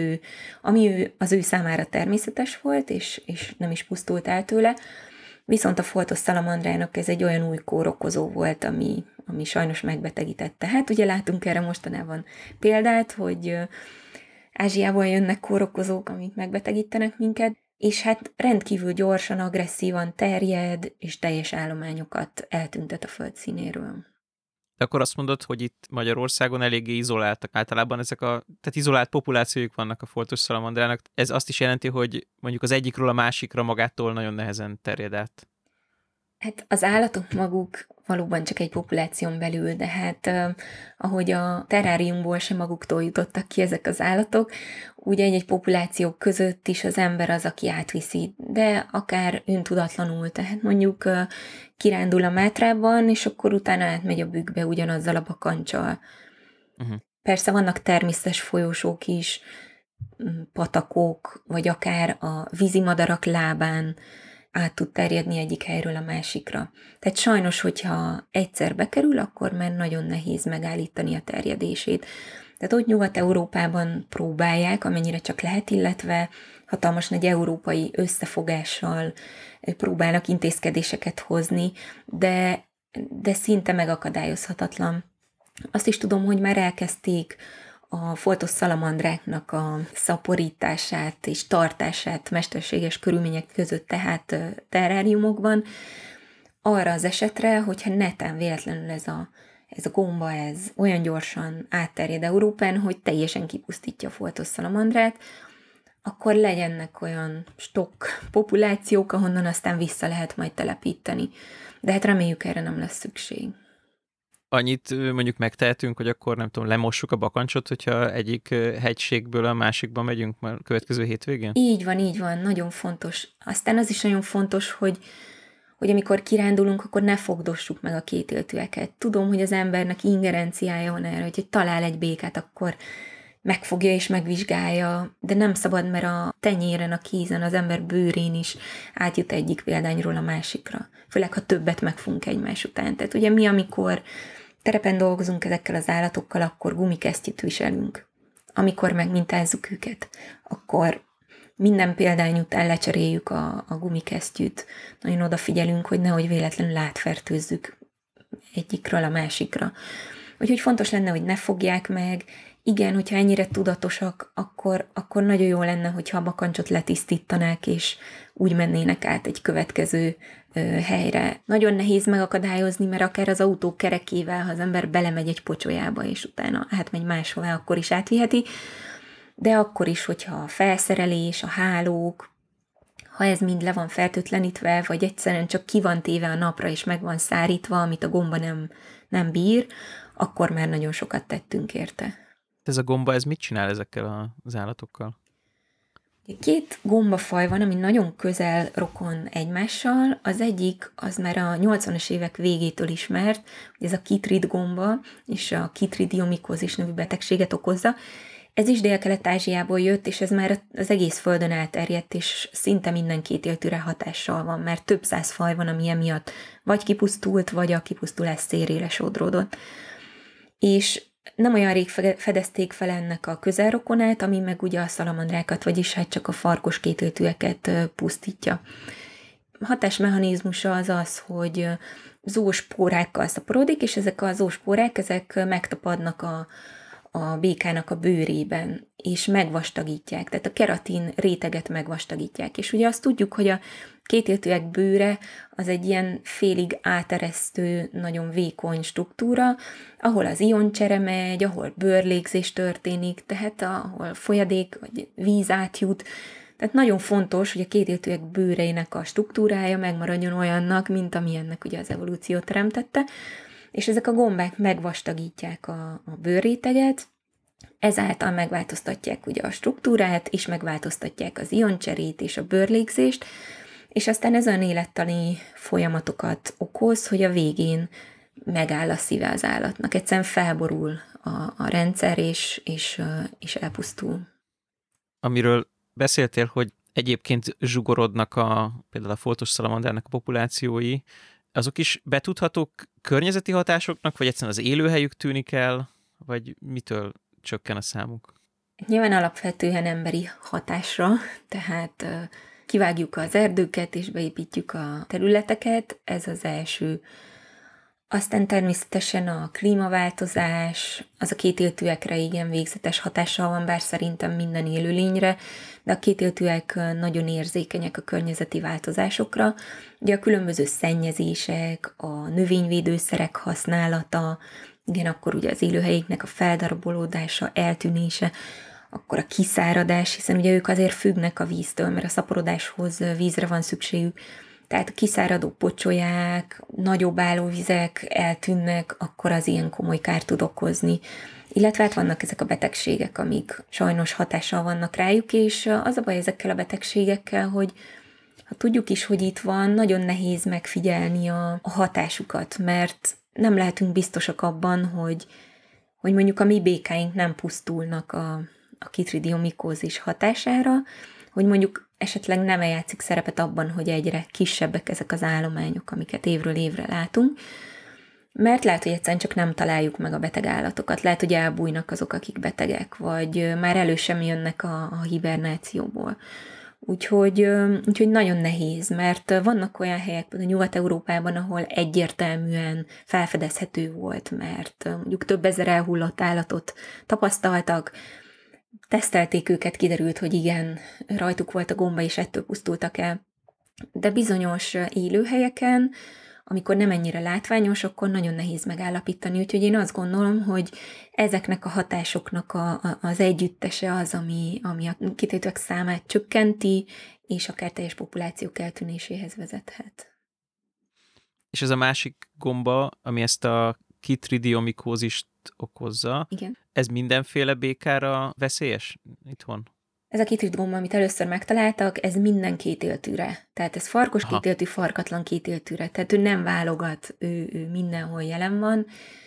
ami az ő számára természetes volt, és nem is pusztult el tőle. Viszont a foltosszalamandrának ez egy olyan új kórokozó volt, ami sajnos megbetegítette. Hát ugye látunk erre mostanában példát, hogy Ázsiából jönnek kórokozók, amik megbetegítenek minket, és hát rendkívül gyorsan, agresszívan terjed, és teljes állományokat eltüntet a föld színéről. De akkor azt mondod, hogy itt Magyarországon eléggé izoláltak általában tehát izolált populációjuk vannak a foltosszalamandrának. Ez azt is jelenti, hogy mondjuk az egyikről a másikra magától nagyon nehezen terjed át. Hát az állatok maguk valóban csak egy populáción belül, de hát ahogy a terráriumból sem maguktól jutottak ki ezek az állatok, úgy egy populáció között is az ember az, aki átviszi, de akár öntudatlanul, tehát mondjuk kirándul a Mátrában, és akkor utána átmegy a Bükkbe ugyanazzal a bakancsal. Persze vannak természetes folyósók is, patakok, vagy akár a vízimadarak lábán át tud terjedni egyik helyről a másikra. Tehát sajnos, hogyha egyszer bekerül, akkor már nagyon nehéz megállítani a terjedését. Tehát ott Nyugat-Európában próbálják, amennyire csak lehet, illetve hatalmas nagy európai összefogással próbálnak intézkedéseket hozni, de szinte megakadályozhatatlan. Azt is tudom, hogy már elkezdték a foltosszalamandráknak a szaporítását és tartását mesterséges körülmények között, tehát terráriumokban, arra az esetre, hogyha netán véletlenül ez a gomba ez olyan gyorsan átterjed Európán, hogy teljesen kipusztítja a foltosszalamandrát, akkor legyenek olyan stok populációk, ahonnan aztán vissza lehet majd telepíteni. De hát reméljük, erre nem lesz szükség. Annyit mondjuk megtehetünk, hogy akkor nem tudom, lemossuk a bakancsot, hogyha egyik hegységből a másikba megyünk már következő hétvégén? Így van, nagyon fontos. Aztán az is nagyon fontos, hogy amikor kirándulunk, akkor ne fogdossuk meg a kétéltűeket. Tudom, hogy az embernek ingerenciája van erre, hogy talál egy békát, akkor megfogja és megvizsgálja, de nem szabad, mert a tenyéren, a kézen, az ember bőrén is átjut egyik példányról a másikra. Főleg, ha többet megfogunk egymás után. Tehát ugye mi, amikor terepen dolgozunk ezekkel az állatokkal, akkor gumikesztyűt viselünk. Amikor megmintázzuk őket, akkor minden példány után lecseréljük a gumikesztyűt. Nagyon odafigyelünk, hogy nehogy véletlenül átfertőzzük egyikről a másikra. Úgyhogy fontos lenne, hogy ne fogják meg. Igen, hogyha ennyire tudatosak, akkor nagyon jó lenne, hogyha a bakancsot letisztítanák, és úgy mennének át egy következő helyre. Nagyon nehéz megakadályozni, mert akár az autó kerekével, ha az ember belemegy egy pocsolyába, és utána átmegy máshová, akkor is átviheti. De akkor is, hogyha a felszerelés, a hálók, ha ez mind le van fertőtlenítve, vagy egyszerűen csak ki van téve a napra, és meg van szárítva, amit a gomba nem bír, akkor már nagyon sokat tettünk érte. Ez a gomba, ez mit csinál ezekkel az állatokkal? Két gombafaj van, ami nagyon közel rokon egymással. Az egyik, az már a 80-as évek végétől ismert, hogy ez a kitrid gomba, és a kitridiomikozis nevű betegséget okozza. Ez is Dél-Kelet-Ázsiából jött, és ez már az egész földön elterjedt, és szinte minden kétéltűre hatással van, mert több száz faj van, ami emiatt vagy kipusztult, vagy a kipusztulás szélére sodródott. És nem olyan rég fedezték fel ennek a közelrokonát, ami meg ugye a szalamandrákat, vagyis hát csak a farkos kétéltűeket pusztítja. Hatásmechanizmusa az az, hogy zoospórákkal szaporodik, és ezek a zoospórák, ezek megtapadnak a békának a bőrében, és megvastagítják, tehát a keratin réteget megvastagítják. És ugye azt tudjuk, hogy a kétéltűek bőre az egy ilyen félig áteresztő, nagyon vékony struktúra, ahol az ioncsere megy, ahol bőrlégzés történik, tehát ahol folyadék vagy víz átjut. Tehát nagyon fontos, hogy a kétéltűek bőreinek a struktúrája megmaradjon olyannak, mint amilyennek ugye az evolúció teremtette, és ezek a gombák megvastagítják a bőrréteget, ezáltal megváltoztatják ugye a struktúrát, és megváltoztatják az ioncserét és a bőrlégzést, és aztán ez olyan élettani folyamatokat okoz, hogy a végén megáll a szíve az állatnak. Egyszerűen felborul a rendszer, és elpusztul. Amiről beszéltél, hogy egyébként zsugorodnak például a foltos szalamandrának a populációi, azok is betudhatók környezeti hatásoknak, vagy egyszerűen az élőhelyük tűnik el, vagy mitől csökken a számuk? Nyilván alapvetően emberi hatásra, tehát kivágjuk az erdőket és beépítjük a területeket, ez az első. Aztán természetesen a klímaváltozás, az a kétéltűekre igen végzetes hatással van, bár szerintem minden élőlényre, de a kétéltűek nagyon érzékenyek a környezeti változásokra. Ugye a különböző szennyezések, a növényvédőszerek használata, igen, akkor ugye az élőhelyeknek a feldarabolódása, eltűnése, akkor a kiszáradás, hiszen ugye ők azért függnek a víztől, mert a szaporodáshoz vízre van szükségük. Tehát a kiszáradó pocsolyák, nagyobb állóvizek eltűnnek, akkor az ilyen komoly kárt tud okozni. Illetve hát vannak ezek a betegségek, amik sajnos hatással vannak rájuk, és az a baj ezekkel a betegségekkel, hogy ha tudjuk is, hogy itt van, nagyon nehéz megfigyelni a hatásukat, mert nem lehetünk biztosak abban, hogy mondjuk a mi békáink nem pusztulnak a kitridiomikózis hatására, hogy mondjuk esetleg nem játszik szerepet abban, hogy egyre kisebbek ezek az állományok, amiket évről évre látunk, mert lehet, hogy egyszerűen csak nem találjuk meg a beteg állatokat, lehet, hogy elbújnak azok, akik betegek, vagy már elő sem jönnek a hibernációból. Úgyhogy nagyon nehéz, mert vannak olyan helyek, például Nyugat-Európában, ahol egyértelműen felfedezhető volt, mert mondjuk több ezer elhullott állatot tapasztaltak, tesztelték őket, kiderült, hogy igen, rajtuk volt a gomba, és ettől pusztultak el. De bizonyos élőhelyeken, amikor nem ennyire látványos, akkor nagyon nehéz megállapítani. Úgyhogy én azt gondolom, hogy ezeknek a hatásoknak az együttese az, ami a kitétőek számát csökkenti, és akár teljes populációk eltűnéséhez vezethet. És ez a másik gomba, ami ezt a kitridiomikózist okozza, igen. Ez mindenféle békára veszélyes itthon? Ez a kitrid gomba, amit először megtaláltak, ez minden kétéltűre. Tehát ez farkos kétéltű, farkatlan kétéltűre. Tehát ő nem válogat, ő mindenhol jelen van.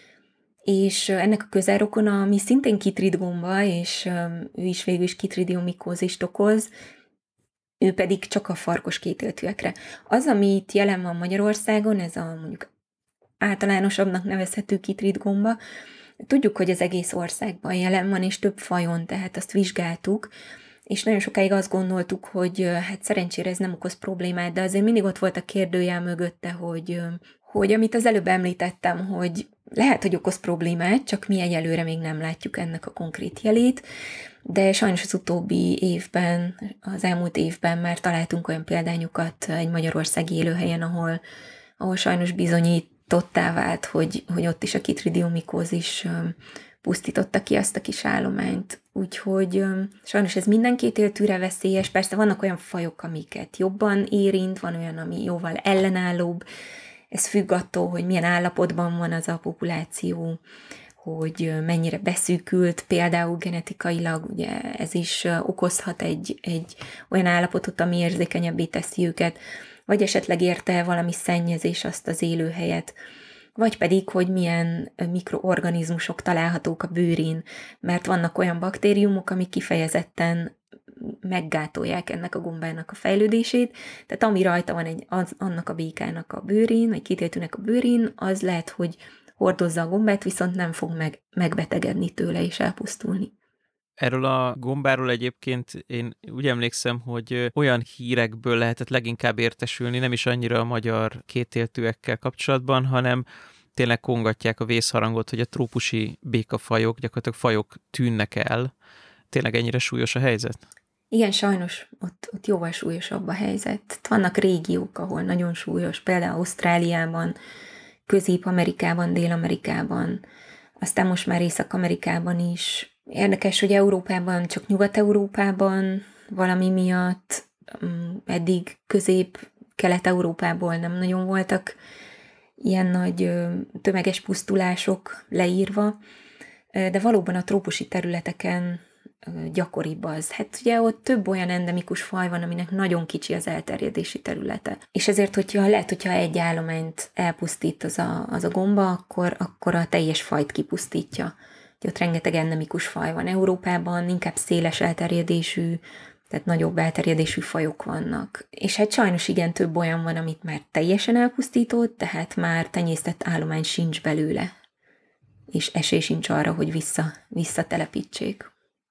És ennek a közelrokona, ami szintén kitrid gomba, és ő is végül is kitridiomikózist okoz, ő pedig csak a farkos kétéltűekre. Az, ami itt jelen van Magyarországon, ez a mondjuk általánosabbnak nevezhető kitrid gomba, tudjuk, hogy az egész országban jelen van, és több fajon, tehát azt vizsgáltuk, és nagyon sokáig azt gondoltuk, hogy hát szerencsére ez nem okoz problémát, de azért mindig ott volt a kérdőjel mögötte, hogy amit az előbb említettem, hogy lehet, hogy okoz problémát, csak mi egyelőre még nem látjuk ennek a konkrét jelét, de sajnos az utóbbi évben, az elmúlt évben már találtunk olyan példányokat egy magyarországi élőhelyen, ahol sajnos bizonyítottá vált, hogy ott is a Chytridium-mycoses pusztította ki azt a kis állományt. Úgyhogy sajnos ez minden kétéltűre veszélyes. Persze vannak olyan fajok, amiket jobban érint, van olyan, ami jóval ellenállóbb. Ez függ attól, hogy milyen állapotban van az a populáció, hogy mennyire beszűkült, például genetikailag, ugye ez is okozhat egy olyan állapotot, ami érzékenyebbé teszi őket, vagy esetleg érte valami szennyezés azt az élőhelyet, vagy pedig, hogy milyen mikroorganizmusok találhatók a bőrén, mert vannak olyan baktériumok, amik kifejezetten meggátolják ennek a gombának a fejlődését, tehát ami rajta van annak a békának a bőrén, vagy kitéltőnek a bőrén, az lehet, hogy hordozza a gombát, viszont nem fog megbetegedni tőle és elpusztulni. Erről a gombáról egyébként én úgy emlékszem, hogy olyan hírekből lehetett leginkább értesülni, nem is annyira a magyar kétéltőekkel kapcsolatban, hanem tényleg kongatják a vészharangot, hogy a trópusi békafajok, gyakorlatilag fajok tűnnek el. Tényleg ennyire súlyos a helyzet? Igen, sajnos ott jóval súlyosabb a helyzet. Vannak régiók, ahol nagyon súlyos, például Ausztráliában, Közép-Amerikában, Dél-Amerikában, aztán most már Észak-Amerikában is. Érdekes, hogy Európában, csak Nyugat-Európában valami miatt, eddig Közép-Kelet-Európából nem nagyon voltak ilyen nagy tömeges pusztulások leírva, de valóban a trópusi területeken gyakoribb az. Hát ugye ott több olyan endemikus faj van, aminek nagyon kicsi az elterjedési területe. És ezért, hogyha egy állományt elpusztít az a gomba, akkor a teljes fajt kipusztítja. Ott rengeteg endemikus faj van Európában, inkább széles elterjedésű, tehát nagyobb elterjedésű fajok vannak. És hát sajnos igen, több olyan van, amit már teljesen elpusztított, tehát már tenyésztett állomány sincs belőle, és esély sincs arra, hogy visszatelepítsék.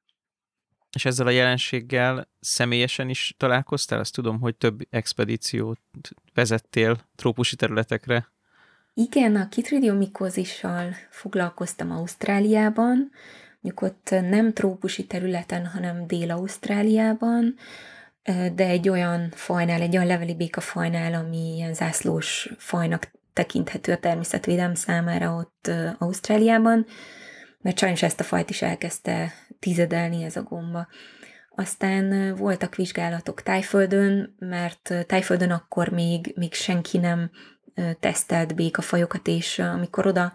És ezzel a jelenséggel személyesen is találkoztál? Azt tudom, hogy több expedíciót vezettél trópusi területekre. Igen, a Chytridium-mycosissal foglalkoztam Ausztráliában, mondjuk ott nem trópusi területen, hanem Dél-Ausztráliában, de egy olyan fajnál, egy olyan leveli békafajnál, ami ilyen zászlós fajnak tekinthető a természetvédelem számára ott Ausztráliában, mert sajnos ezt a fajt is elkezdte tizedelni ez a gomba. Aztán voltak vizsgálatok Thaiföldön, mert Thaiföldön akkor még senki nem tesztelt békafajokat, és amikor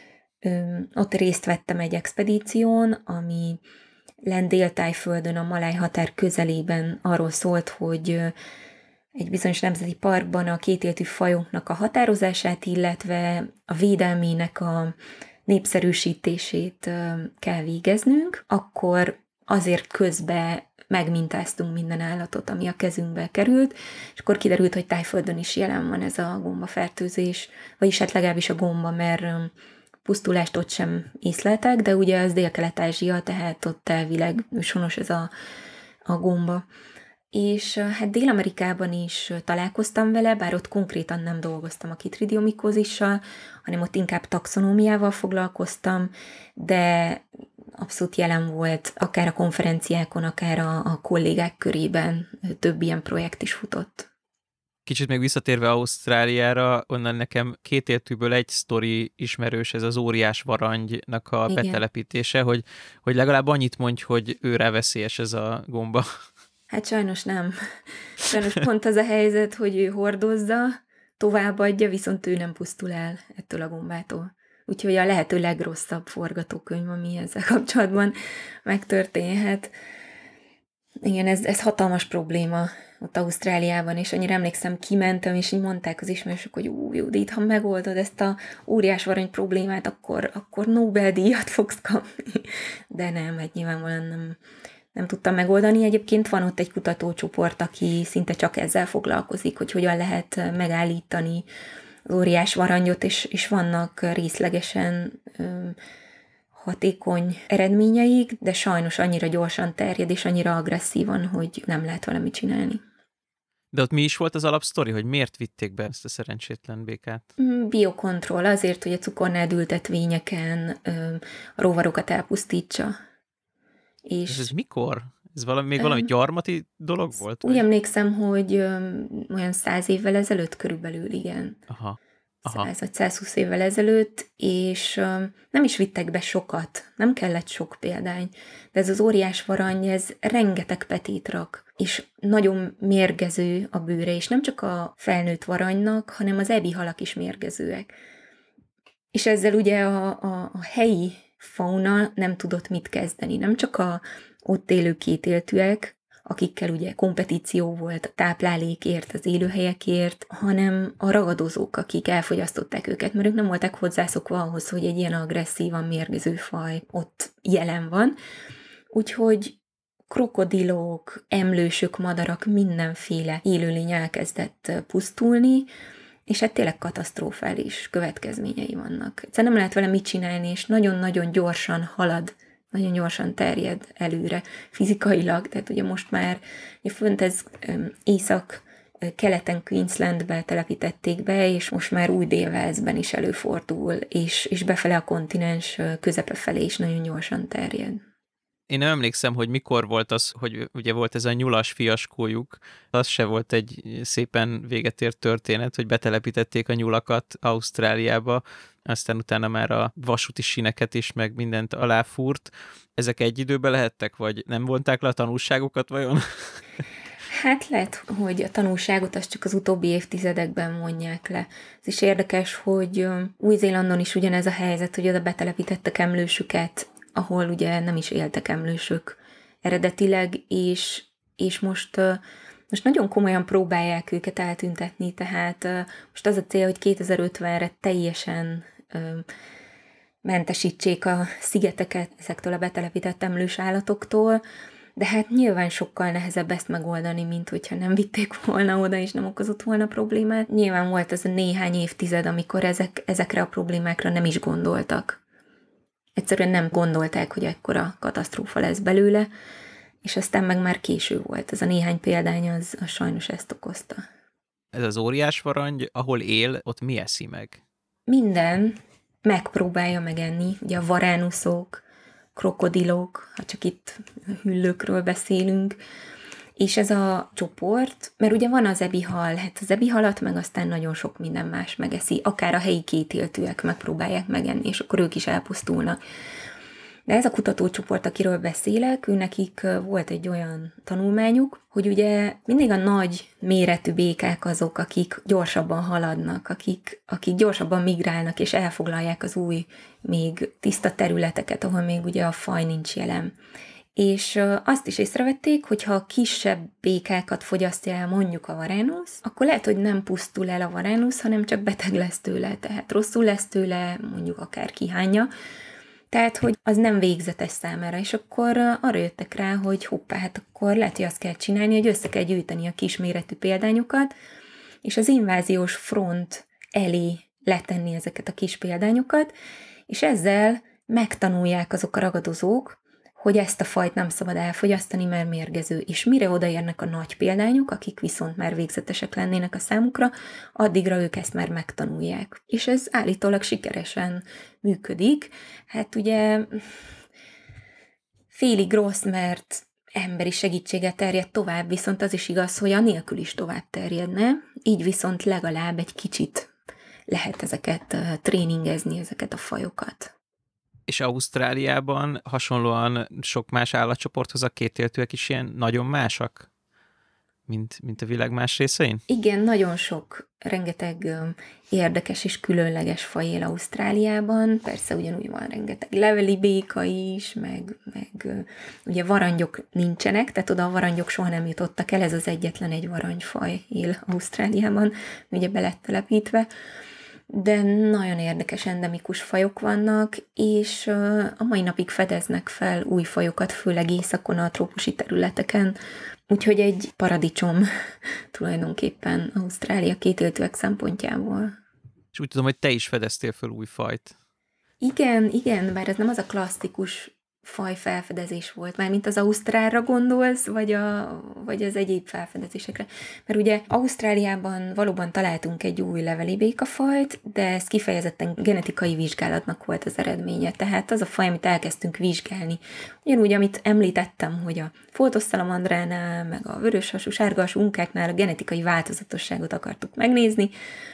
ott részt vettem egy expedíción, ami lent Dél-Thaiföldön, a Maláj határ közelében arról szólt, hogy egy bizonyos nemzeti parkban a kétéltű fajoknak a határozását, illetve a védelmének a népszerűsítését kell végeznünk, akkor azért közben megmintáztunk minden állatot, ami a kezünkbe került, és akkor kiderült, hogy Thaiföldön is jelen van ez a gombafertőzés, vagyis hát legalábbis a gomba, mert pusztulást ott sem észleltek, de ugye az Dél-Kelet-Ázsia, tehát ott elvileg őshonos ez a gomba. És hát Dél-Amerikában is találkoztam vele, bár ott konkrétan nem dolgoztam a Chytridium-mycosissal, hanem ott inkább taxonómiával foglalkoztam, de abszolút jelen volt, akár a konferenciákon, akár a kollégák körében több ilyen projekt is futott. Kicsit még visszatérve Ausztráliára, onnan nekem kétéltűből egy sztori ismerős, ez az óriás varangynak a Igen. betelepítése, hogy legalább annyit mondj, hogy őre veszélyes ez a gomba. Hát sajnos nem. Sajnos pont az a helyzet, hogy ő hordozza, továbbadja, viszont ő nem pusztul el ettől a gombától. Úgyhogy a lehető legrosszabb forgatókönyv, ami ezzel kapcsolatban megtörténhet. Igen, ez hatalmas probléma ott Ausztráliában, és annyira emlékszem, kimentem, és így mondták az ismerősök, hogy Judit, ha megoldod ezt a óriás varany problémát, akkor Nobel-díjat fogsz kapni. De nem, hát nyilvánvalóan nem tudtam megoldani. Egyébként van ott egy kutatócsoport, aki szinte csak ezzel foglalkozik, hogy hogyan lehet megállítani az óriás varangyot, és vannak részlegesen hatékony eredményeik, de sajnos annyira gyorsan terjed, és annyira agresszívan, hogy nem lehet vele mit csinálni. De ott mi is volt az alapsztori, hogy miért vitték be ezt a szerencsétlen békát? Biokontroll azért, hogy a cukornád ültetvényeken a rovarokat elpusztítsa. És ez És mikor? Ez még valami gyarmati dolog volt? úgy emlékszem, hogy olyan 100 évvel ezelőtt körülbelül, igen. Aha. 100 vagy 120 évvel ezelőtt, és nem is vittek be sokat, nem kellett sok példány, de ez az óriás varany, ez rengeteg petét rak, és nagyon mérgező a bőre, és nem csak a felnőtt varanynak, hanem az ebi halak is mérgezőek. És ezzel ugye a helyi fauna nem tudott mit kezdeni, nem csak a ott élő kétéltűek, akikkel ugye kompetíció volt a táplálékért, az élőhelyekért, hanem a ragadozók, akik elfogyasztották őket, mert ők nem voltak hozzászokva ahhoz, hogy egy ilyen agresszívan mérgező faj ott jelen van. Úgyhogy krokodilok, emlősök, madarak, mindenféle élőlény elkezdett pusztulni, és hát tényleg katasztrofális következményei vannak. Egyszerűen nem lehet vele mit csinálni, és nagyon-nagyon gyorsan halad, nagyon gyorsan terjed előre fizikailag, tehát ugye most már fönt ez észak-keleten Queenslandbe telepítették be, és most már Új-Dél-Walesben is előfordul, és befele a kontinens közepe felé is nagyon gyorsan terjed. Én nem emlékszem, hogy mikor volt az, hogy ugye volt ez a nyulas fiaskójuk, az se volt egy szépen véget ért történet, hogy betelepítették a nyulakat Ausztráliába, aztán utána már a vasúti síneket is, meg mindent aláfúrt. Ezek egy időben lehettek, vagy nem vonták le a tanulságokat vajon? Hát lehet, hogy a tanulságot azt csak az utóbbi évtizedekben mondják le. Ez is érdekes, hogy Új-Zélandon is ugyanez a helyzet, hogy oda betelepítettek emlősüket, ahol ugye nem is éltek emlősök eredetileg, és most nagyon komolyan próbálják őket eltüntetni, tehát most az a cél, hogy 2050-re teljesen mentesítsék a szigeteket ezektől a betelepített emlős állatoktól, de hát nyilván sokkal nehezebb ezt megoldani, mint hogyha nem vitték volna oda, és nem okozott volna problémát. Nyilván volt az a néhány évtized, amikor ezekre a problémákra nem is gondoltak. Egyszerűen nem gondolták, hogy ekkora katasztrófa lesz belőle, és aztán meg már késő volt. Ez a néhány példány az sajnos ezt okozta. Ez az óriás varangy, ahol él, ott mi eszi meg? Minden megpróbálja megenni. Ugye a varánuszok, krokodilok, ha csak itt hüllőkről beszélünk, és ez a csoport, mert ugye van az ebihal, hát az ebihalat meg aztán nagyon sok minden más megeszi, akár a helyi kétéltűek megpróbálják megenni, és akkor ők is elpusztulnak. De ez a kutatócsoport, akiről beszélek, nekik volt egy olyan tanulmányuk, hogy ugye mindig a nagy méretű békák azok, akik gyorsabban haladnak, akik gyorsabban migrálnak, és elfoglalják az új, még tiszta területeket, ahol még ugye a faj nincs jelen. És azt is észrevették, hogy ha a kisebb békákat fogyasztja el mondjuk a varánusz, akkor lehet, hogy nem pusztul el a varánusz, hanem csak beteg lesz tőle, tehát rosszul lesz tőle, mondjuk akár kihányja, tehát, hogy az nem végzetes számára, és akkor arra jöttek rá, hogy hoppá, hát akkor lehet, hogy azt kell csinálni, hogy össze kell gyűjteni a kisméretű példányokat, és az inváziós front elé letenni ezeket a kis példányokat, és ezzel megtanulják azok a ragadozók, hogy ezt a fajt nem szabad elfogyasztani, mert mérgező. És mire odaérnek a nagy példányok, akik viszont már végzetesek lennének a számukra, addigra ők ezt már megtanulják. És ez állítólag sikeresen működik. Hát ugye félig rossz, mert emberi segítséget terjed tovább, viszont az is igaz, hogy anélkül is tovább terjedne, így viszont legalább egy kicsit lehet ezeket tréningezni, ezeket a fajokat. És Ausztráliában hasonlóan sok más állatcsoporthoz a kétéltűek is ilyen nagyon másak, mint a világ más részein? Igen, nagyon sok, rengeteg érdekes és különleges faj él Ausztráliában. Persze ugyanúgy van rengeteg leveli béka is, meg ugye varangyok nincsenek, tehát oda a varangyok soha nem jutottak el, ez az egyetlen egy varangyfaj él Ausztráliában, ugye be lett telepítve. De nagyon érdekes endemikus fajok vannak, és a mai napig fedeznek fel új fajokat, főleg északon, a trópusi területeken. Úgyhogy egy paradicsom tulajdonképpen Ausztrália kétéltűek szempontjából. És úgy tudom, hogy te is fedeztél föl új fajt. Igen, bár ez nem az a klasszikus fajfelfedezés volt? Mármint az ausztrálra gondolsz, vagy az egyéb felfedezésekre? Mert ugye Ausztráliában valóban találtunk egy új leveli békafajt, de ez kifejezetten genetikai vizsgálatnak volt az eredménye. Tehát az a faj, amit elkezdtünk vizsgálni. Ugyanúgy, amit említettem, hogy a foltosszalamandránál, meg a vöröshasú, sárgahasú unkáknál a genetikai változatosságot akartuk megnézni,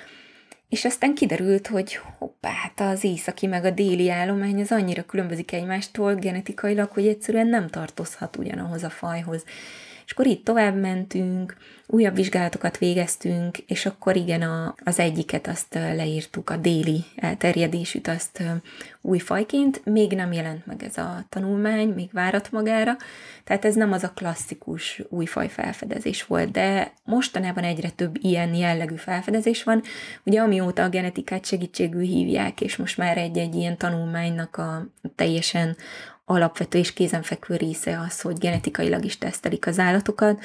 és aztán kiderült, hogy hoppá, hát az északi meg a déli állomány az annyira különbözik egymástól genetikailag, hogy egyszerűen nem tartozhat ugyanahoz a fajhoz. És akkor itt tovább mentünk, újabb vizsgálatokat végeztünk, és akkor igen, az egyiket azt leírtuk, a déli elterjedésűt azt új fajként. Még nem jelent meg ez a tanulmány, még várat magára, tehát ez nem az a klasszikus újfaj felfedezés volt, de mostanában egyre több ilyen jellegű felfedezés van, ugye amióta a genetikát segítségül hívják, és most már egy ilyen tanulmánynak a teljesen alapvető és kézenfekvő része az, hogy genetikailag is tesztelik az állatokat,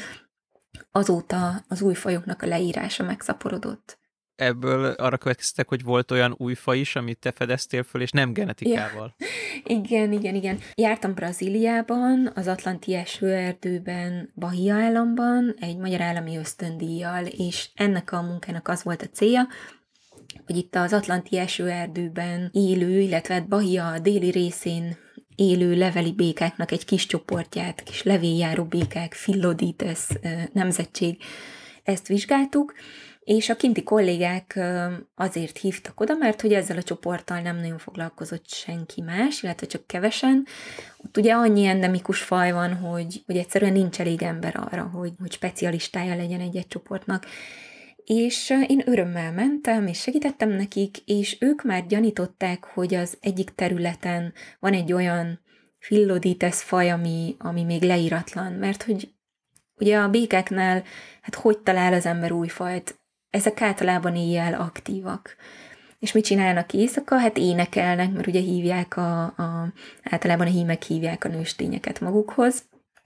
azóta az új fajoknak a leírása megszaporodott. Ebből arra következtek, hogy volt olyan új faj is, amit te fedeztél föl, és nem genetikával. Ja. Igen. Jártam Brazíliában, az Atlanti esőerdőben, Bahia államban, egy magyar állami ösztöndíjjal, és ennek a munkának az volt a célja, hogy itt az Atlanti esőerdőben élő, illetve Bahia déli részén élő leveli békáknak egy kis csoportját, kis levéljáró békák, Phyllodytes nemzetség, ezt vizsgáltuk, és a kinti kollégák azért hívtak oda, mert hogy ezzel a csoporttal nem nagyon foglalkozott senki más, illetve csak kevesen. Ott ugye annyi endemikus faj van, hogy egyszerűen nincs elég ember arra, hogy specialistája legyen egy csoportnak. És én örömmel mentem, és segítettem nekik, és ők már gyanították, hogy az egyik területen van egy olyan Phyllodytes faj, ami még leíratlan, mert hogy ugye a békáknál, hát hogy talál az ember új fajt? Ezek általában éjjel aktívak. És mit csinálnak éjszaka? Hát énekelnek, mert ugye hívják általában a hímek hívják a nőstényeket magukhoz.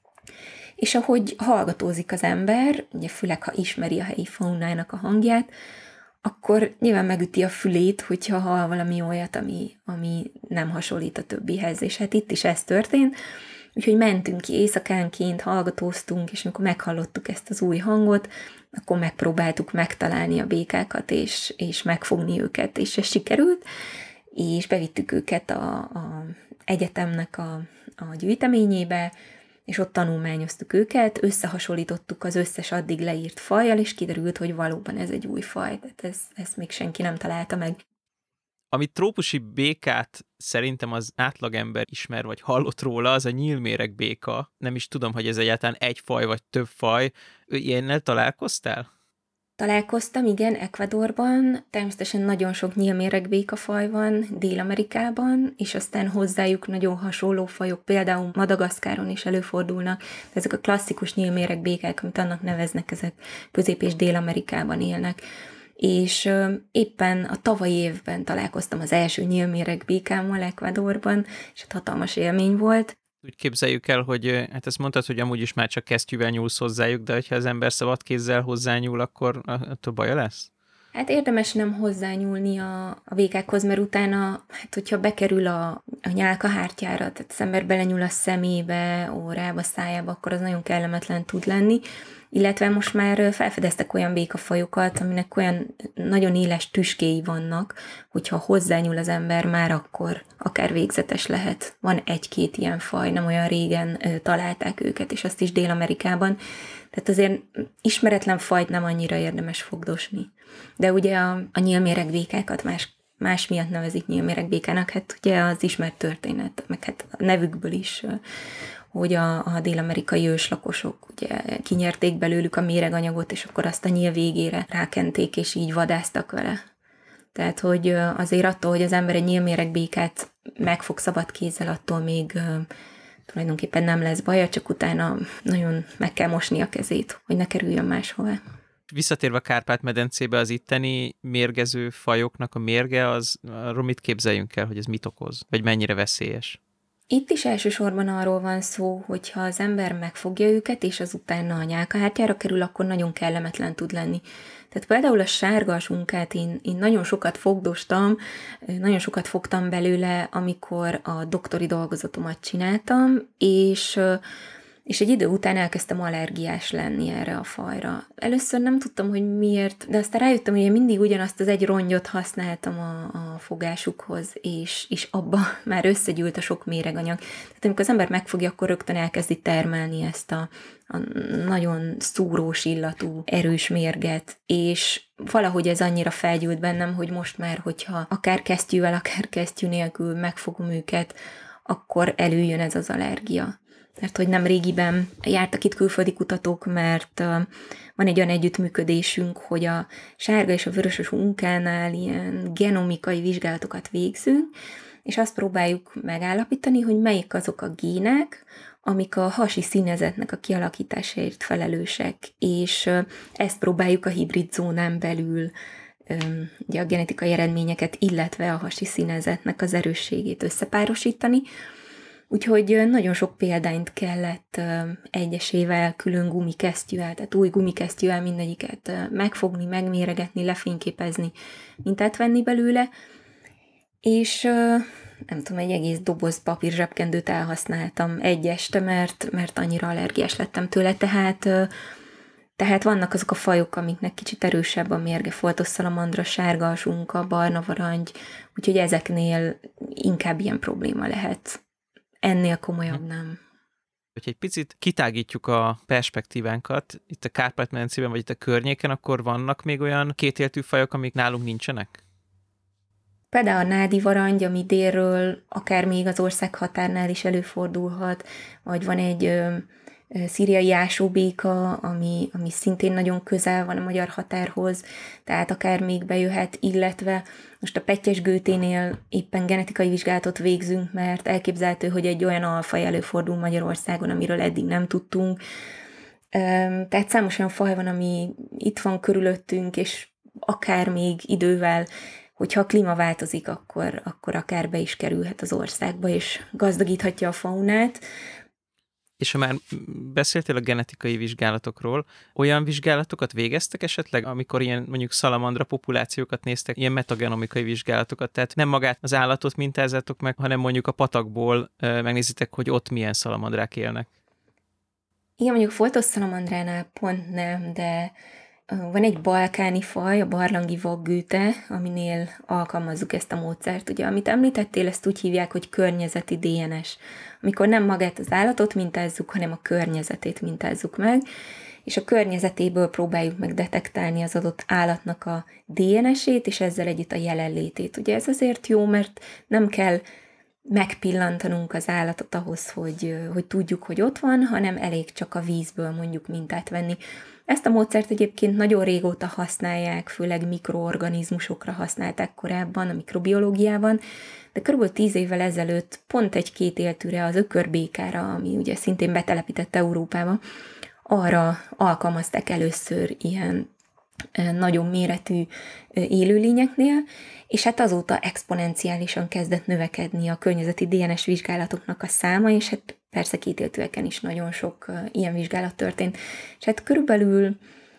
És ahogy hallgatózik az ember, ugye főleg, ha ismeri a helyi faunának a hangját, akkor nyilván megüti a fülét, hogyha hall valami olyat, ami nem hasonlít a többihez, és hát itt is ez történt. Úgyhogy mentünk ki éjszakánként, hallgatóztunk, és amikor meghallottuk ezt az új hangot, akkor megpróbáltuk megtalálni a békákat, és megfogni őket, és ez sikerült, és bevittük őket a egyetemnek a gyűjteményébe, és ott tanulmányoztuk őket, összehasonlítottuk az összes addig leírt fajjal, és kiderült, hogy valóban ez egy új faj, tehát ezt még senki nem találta meg. Ami trópusi békát szerintem az átlagember ismer, vagy hallott róla, az a nyílméreg béka. Nem is tudom, hogy ez egyáltalán egy faj, vagy több faj. Ilyennel találkoztál? Találkoztam, igen, Ecuadorban, természetesen nagyon sok nyílméregbékafaj van Dél-Amerikában, és aztán hozzájuk nagyon hasonló fajok, például Madagaszkáron is előfordulnak, ezek a klasszikus nyílméregbékák, amit annak neveznek, ezek Közép- és Dél-Amerikában élnek. És éppen a tavalyi évben találkoztam az első nyílméregbékámmal Ecuadorban, és hát hatalmas élmény volt. Úgy képzeljük el, hogy hát ezt mondtad, hogy amúgy is már csak kesztyűvel nyúlsz hozzájuk, de hogyha az ember szabad kézzel hozzányúl, akkor attól baja lesz? Hát érdemes nem hozzányúlni a békákhoz, mert utána, hát hogyha bekerül a nyálkahártyára, tehát az ember belenyúl a szemébe, órába, szájába, akkor az nagyon kellemetlen tud lenni. Illetve most már felfedeztek olyan békafajokat, aminek olyan nagyon éles tüskéi vannak, hogyha hozzányúl az ember, már akkor akár végzetes lehet. Van egy-két ilyen faj, nem olyan régen találták őket, és azt is Dél-Amerikában. Tehát azért ismeretlen fajt nem annyira érdemes fogdosni. De ugye a nyílméregbékákat más miatt nevezik nyílméregbékának, hát ugye az ismert történet, meg hát a nevükből is, hogy a dél-amerikai őslakosok ugye kinyerték belőlük a méreganyagot, és akkor azt a nyíl végére rákenték, és így vadáztak vele. Tehát, hogy azért attól, hogy az ember egy nyílméregbékát megfog szabad kézzel, attól még tulajdonképpen nem lesz baja, csak utána nagyon meg kell mosni a kezét, hogy ne kerüljön máshova. Visszatérve a Kárpát-medencébe, az itteni mérgező fajoknak a mérge, arról mit képzeljünk el, hogy ez mit okoz? Vagy mennyire veszélyes? Itt is elsősorban arról van szó, hogyha az ember megfogja őket, és azután a nyálkahártyára kerül, akkor nagyon kellemetlen tud lenni. Tehát például a sárgasunkát én nagyon sokat fogdostam, nagyon sokat fogtam belőle, amikor a doktori dolgozatomat csináltam, és egy idő után elkezdtem allergiás lenni erre a fajra. Először nem tudtam, hogy miért, de aztán rájöttem, hogy én mindig ugyanazt az egy rongyot használtam a fogásukhoz, és abba már összegyűlt a sok méreganyag. Tehát amikor az ember megfogja, akkor rögtön elkezdi termelni ezt a nagyon szúrós illatú, erős mérget, és valahogy ez annyira felgyűlt bennem, hogy most már, hogyha akár kesztyűvel, akár kesztyű nélkül megfogom őket, akkor előjön ez az allergia. Mert hogy nem régiben jártak itt külföldi kutatók, mert van egy olyan együttműködésünk, hogy a sárga és a vörösös unkánál ilyen genomikai vizsgálatokat végzünk, és azt próbáljuk megállapítani, hogy melyik azok a gének, amik a hasi színezetnek a kialakításáért felelősek, és ezt próbáljuk a hibrid zónán belül ugye a genetikai eredményeket, illetve a hasi színezetnek az erősségét összepárosítani. Úgyhogy nagyon sok példányt kellett egyesével, külön gumikesztyűvel, tehát új gumikesztyűvel mindegyiket megfogni, megméregetni, lefényképezni, mintát venni belőle, és nem tudom, egy egész doboz papírzsebkendőt elhasználtam egy este, mert annyira allergiás lettem tőle, tehát vannak azok a fajok, amiknek kicsit erősebb a mérge, foltosszalamandra, sárga asunka, barna varangy, úgyhogy ezeknél inkább ilyen probléma lehet. Ennél komolyabb nem. Hogyha egy picit kitágítjuk a perspektívánkat, itt a Kárpát-medencében, vagy itt a környéken, akkor vannak még olyan kétéltű fajok, amik nálunk nincsenek? Például a nádi varangy, ami délről, akár még az ország határnál is előfordulhat, vagy van egy szíriai ásóbéka, ami szintén nagyon közel van a magyar határhoz, tehát akár még bejöhet, illetve most a pettyes gőténél éppen genetikai vizsgálatot végzünk, mert elképzelhető, hogy egy olyan alfaj előfordul Magyarországon, amiről eddig nem tudtunk. Tehát számos olyan faj van, ami itt van körülöttünk, és akár még idővel, hogyha a klíma változik, akkor akár be is kerülhet az országba, és gazdagíthatja a faunát. És ha már beszéltél a genetikai vizsgálatokról, olyan vizsgálatokat végeztek esetleg, amikor ilyen mondjuk szalamandra populációkat néztek, ilyen metagenomikai vizsgálatokat, tehát nem magát az állatot mintázzátok meg, hanem mondjuk a patakból megnézitek, hogy ott milyen szalamandrák élnek. Igen, mondjuk foltosszalamandránál pont nem, de van egy balkáni faj, a barlangi vaggűte, aminél alkalmazzuk ezt a módszert. Ugye, amit említettél, ezt úgy hívják, hogy környezeti DNS. Amikor nem magát az állatot mintázzuk, hanem a környezetét mintázzuk meg, és a környezetéből próbáljuk meg detektálni az adott állatnak a DNS-ét, és ezzel együtt a jelenlétét. Ugye ez azért jó, mert nem kell megpillantanunk az állatot ahhoz, hogy tudjuk, hogy ott van, hanem elég csak a vízből mondjuk mintát venni. Ezt a módszert egyébként nagyon régóta használják, főleg mikroorganizmusokra használták korábban, a mikrobiológiában, de kb. 10 évvel ezelőtt pont egy kétéltűre, az ökörbékára, ami ugye szintén betelepített Európába, arra alkalmazták először ilyen nagyon méretű élőlényeknél, és hát azóta exponenciálisan kezdett növekedni a környezeti DNS vizsgálatoknak a száma, és hát persze kétéltűeken is nagyon sok ilyen vizsgálat történt. És hát körülbelül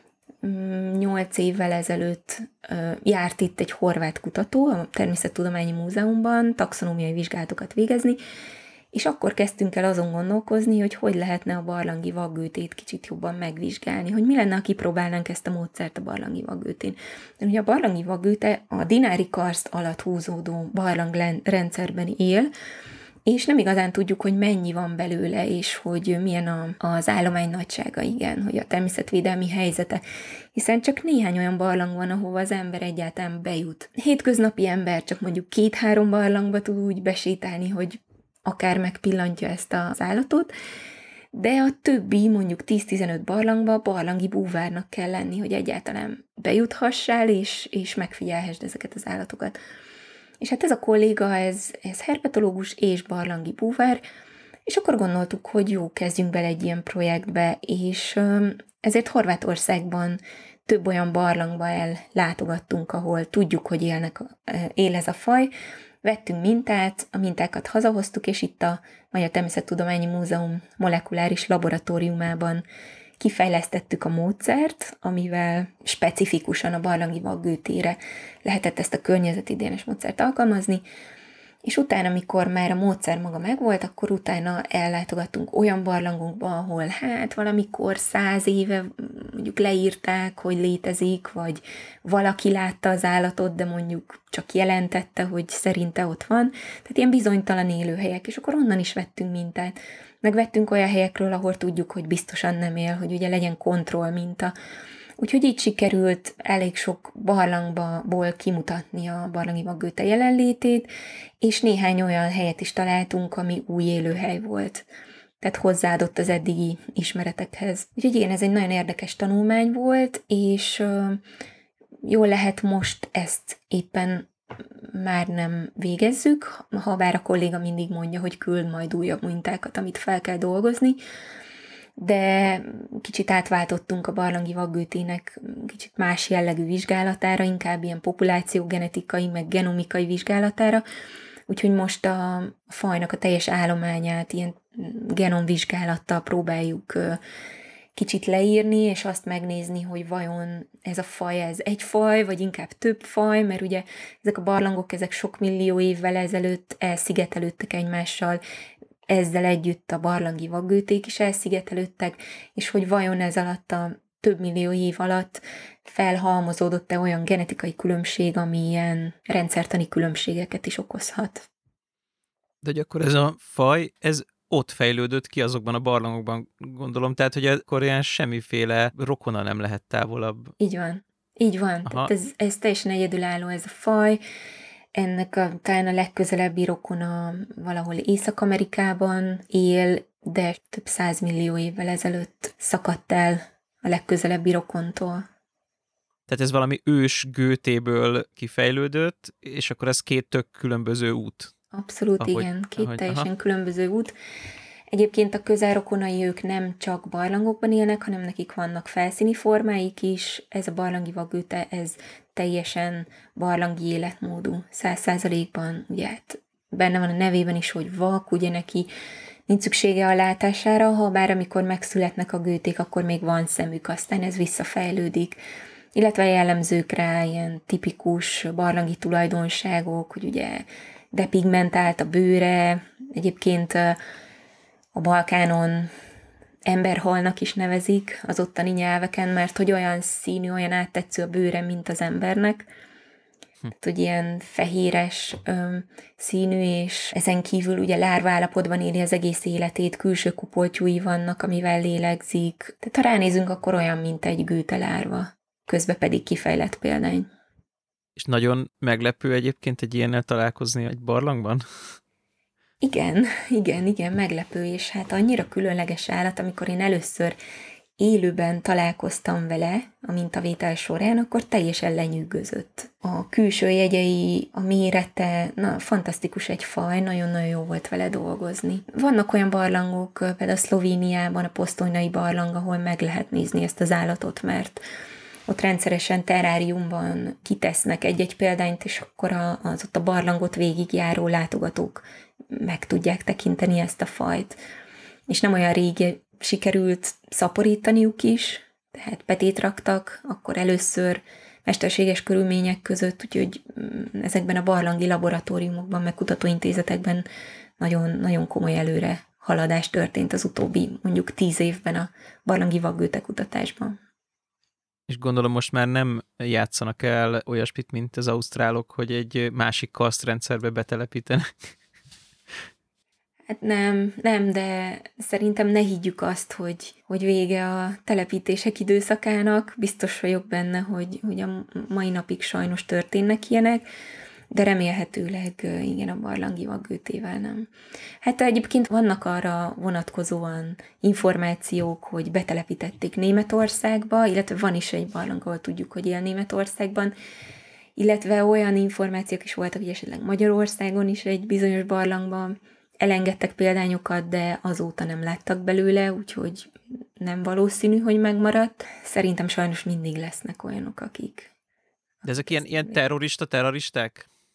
8 évvel ezelőtt járt itt egy horvát kutató a Természettudományi Múzeumban taxonómiai vizsgálatokat végezni, és akkor kezdtünk el azon gondolkozni, hogy lehetne a barlangi vaggőtét kicsit jobban megvizsgálni, hogy mi lenne, ha kipróbálnánk ezt a módszert a barlangi vaggőtén. De ugye a barlangi vaggőte a dinári karszt alatt húzódó barlangrendszerben él, és nem igazán tudjuk, hogy mennyi van belőle, és hogy milyen az állomány nagysága, igen, hogy a természetvédelmi helyzete, hiszen csak néhány olyan barlang van, ahova az ember egyáltalán bejut. Hétköznapi ember csak mondjuk 2-3 barlangba tud úgy besétálni, hogy akár megpillantja ezt az állatot, de a többi, mondjuk 10-15 barlangba barlangi búvárnak kell lenni, hogy egyáltalán bejuthassál, és megfigyelhessd ezeket az állatokat. És hát ez a kolléga, ez herpetológus és barlangi búvár, és akkor gondoltuk, hogy jó, kezdjünk bele egy ilyen projektbe, és ezért Horvátországban több olyan barlangba ellátogattunk, ahol tudjuk, hogy él ez a faj, Vettünk mintát, a mintákat hazahoztuk, és itt a Magyar Természettudományi Múzeum molekuláris laboratóriumában kifejlesztettük a módszert, amivel specifikusan a barlangi vaggőtére lehetett ezt a környezetidénes módszert alkalmazni, és utána, amikor már a módszer maga megvolt, akkor utána ellátogattunk olyan barlangokba, ahol valamikor 100 éve mondjuk leírták, hogy létezik, vagy valaki látta az állatot, de mondjuk csak jelentette, hogy szerinte ott van. Tehát ilyen bizonytalan élőhelyek, és akkor onnan is vettünk mintát. Megvettünk olyan helyekről, ahol tudjuk, hogy biztosan nem él, hogy ugye legyen kontrollminta. Úgyhogy így sikerült elég sok barlangból kimutatni a barlangi vaggőte jelenlétét, és néhány olyan helyet is találtunk, ami új élőhely volt. Tehát hozzáadott az eddigi ismeretekhez. Úgyhogy igen, ez egy nagyon érdekes tanulmány volt, és jól lehet most ezt éppen már nem végezzük, ha bár a kolléga mindig mondja, hogy küld majd újabb mintákat, amit fel kell dolgozni, de kicsit átváltottunk a barlangi vaggőtének kicsit más jellegű vizsgálatára, inkább ilyen populációgenetikai, meg genomikai vizsgálatára, úgyhogy most a fajnak a teljes állományát ilyen genomvizsgálattal próbáljuk kicsit leírni, és azt megnézni, hogy vajon ez a faj, ez egy faj, vagy inkább több faj, mert ugye ezek a barlangok, ezek sok millió évvel ezelőtt elszigetelődtek egymással, ezzel együtt a barlangi vaggőték is elszigetelődtek, és hogy vajon ez alatt a több millió év alatt felhalmozódott-e olyan genetikai különbség, ami ilyen rendszertani különbségeket is okozhat. De hogy akkor ez a faj, ez ott fejlődött ki azokban a barlangokban, gondolom, tehát hogy akkor ilyen semmiféle rokona nem lehet távolabb. Így van. Így van. Tehát ez teljesen egyedülálló ez a faj. Ennek talán a legközelebbi rokona valahol Észak-Amerikában él, de több 100 millió évvel ezelőtt szakadt el a legközelebbi rokontól. Tehát ez valami ős gőtéből kifejlődött, és akkor ez két tök különböző út. Abszolút, igen. Két teljesen különböző út. Egyébként a közelrokonai ők nem csak barlangokban élnek, hanem nekik vannak felszíni formáik is. Ez a barlangi vaggőte, ez teljesen barlangi életmódú, 100%-ban, ugye hát benne van a nevében is, hogy vak, ugye neki nincs szüksége a látására, ha bár amikor megszületnek a gőték, akkor még van szemük, aztán ez visszafejlődik. Illetve jellemzők rá ilyen tipikus barlangi tulajdonságok, hogy ugye depigmentált a bőre, egyébként a Balkánon emberhalnak is nevezik az ottani nyelveken, mert hogy olyan színű, olyan áttetsző a bőre, mint az embernek. Tehát, hogy ilyen fehéres színű, és ezen kívül ugye lárva állapotban éli az egész életét, külső kupoltyúi vannak, amivel lélegzik. Tehát ha ránézünk, akkor olyan, mint egy gőtelárva, közben pedig kifejlett példány. És nagyon meglepő egyébként egy ilyennel találkozni egy barlangban? Igen, meglepő, és hát annyira különleges állat, amikor én először élőben találkoztam vele a mintavétel során, akkor teljesen lenyűgözött. A külső jegyei, a mérete, fantasztikus egy faj, nagyon-nagyon jó volt vele dolgozni. Vannak olyan barlangok, például Szlovéniában, a Posztolnai barlang, ahol meg lehet nézni ezt az állatot, mert ott rendszeresen terráriumban kitesznek egy-egy példányt, és akkor az ott a barlangot végigjáró látogatók meg tudják tekinteni ezt a fajt. És nem olyan régi sikerült szaporítaniuk is, tehát petét raktak, akkor először mesterséges körülmények között, úgyhogy ezekben a barlangi laboratóriumokban, meg kutatóintézetekben nagyon, nagyon komoly előre haladás történt az utóbbi mondjuk 10 évben a barlangi vaggőte kutatásban. És gondolom most már nem játszanak el olyasmit, mint az ausztrálok, hogy egy másik kasztrendszerbe betelepítenek. Hát nem, de szerintem ne higgyük azt, hogy vége a telepítések időszakának. Biztos vagyok benne, hogy a mai napig sajnos történnek ilyenek, de remélhetőleg igen, a barlangi vaggőtével nem. Hát egyébként vannak arra vonatkozóan információk, hogy betelepítették Németországba, illetve van is egy barlang, ahol tudjuk, hogy él Németországban, illetve olyan információk is voltak, hogy esetleg Magyarországon is egy bizonyos barlangban elengedtek példányokat, de azóta nem láttak belőle, úgyhogy nem valószínű, hogy megmaradt. Szerintem sajnos mindig lesznek olyanok, akik... De ezek ilyen terroristák?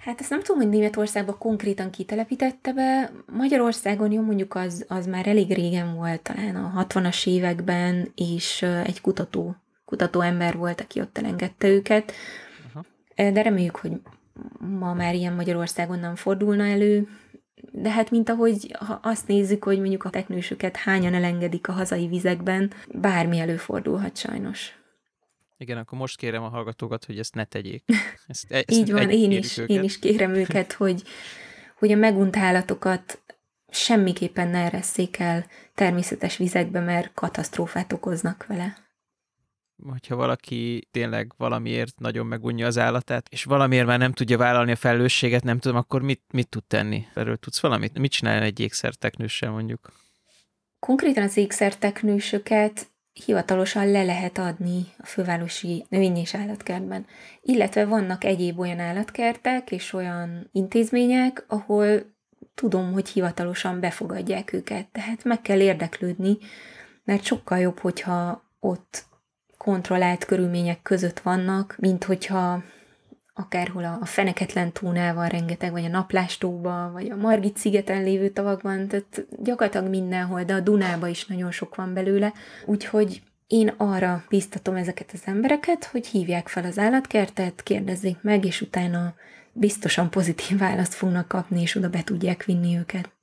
Hát ezt nem tudom, hogy Németországban konkrétan kitelepítette be. Magyarországon jó, mondjuk az már elég régen volt, talán a 60-as években, és egy kutató ember volt, aki ott elengedte őket. Aha. De reméljük, hogy ma már ilyen Magyarországon nem fordulna elő. De hát mint ahogy ha azt nézzük, hogy mondjuk a teknősöket hányan elengedik a hazai vizekben, bármi előfordulhat sajnos. Igen, akkor most kérem a hallgatókat, hogy ezt ne tegyék. Így van, én őket. is kérem őket, hogy a megunt állatokat semmiképpen ne eresszék el természetes vizekbe, mert katasztrófát okoznak vele. Hogyha valaki tényleg valamiért nagyon megunja az állatát, és valamiért már nem tudja vállalni a felelősséget, nem tudom, akkor mit tud tenni? Erről tudsz valamit? Mit csinál egy ékszerteknőssel mondjuk? Konkrétan az ékszerteknősöket hivatalosan le lehet adni a fővárosi növény- és állatkertben. Illetve vannak egyéb olyan állatkertek és olyan intézmények, ahol tudom, hogy hivatalosan befogadják őket. Tehát meg kell érdeklődni, mert sokkal jobb, hogyha ott kontrollált körülmények között vannak, mint hogyha akárhol a Feneketlen tónál rengeteg, vagy a Naplástóban, vagy a Margit-szigeten lévő tavakban, tehát gyakorlatilag mindenhol, de a Dunában is nagyon sok van belőle. Úgyhogy én arra bíztatom ezeket az embereket, hogy hívják fel az állatkertet, kérdezzék meg, és utána biztosan pozitív választ fognak kapni, és oda be tudják vinni őket.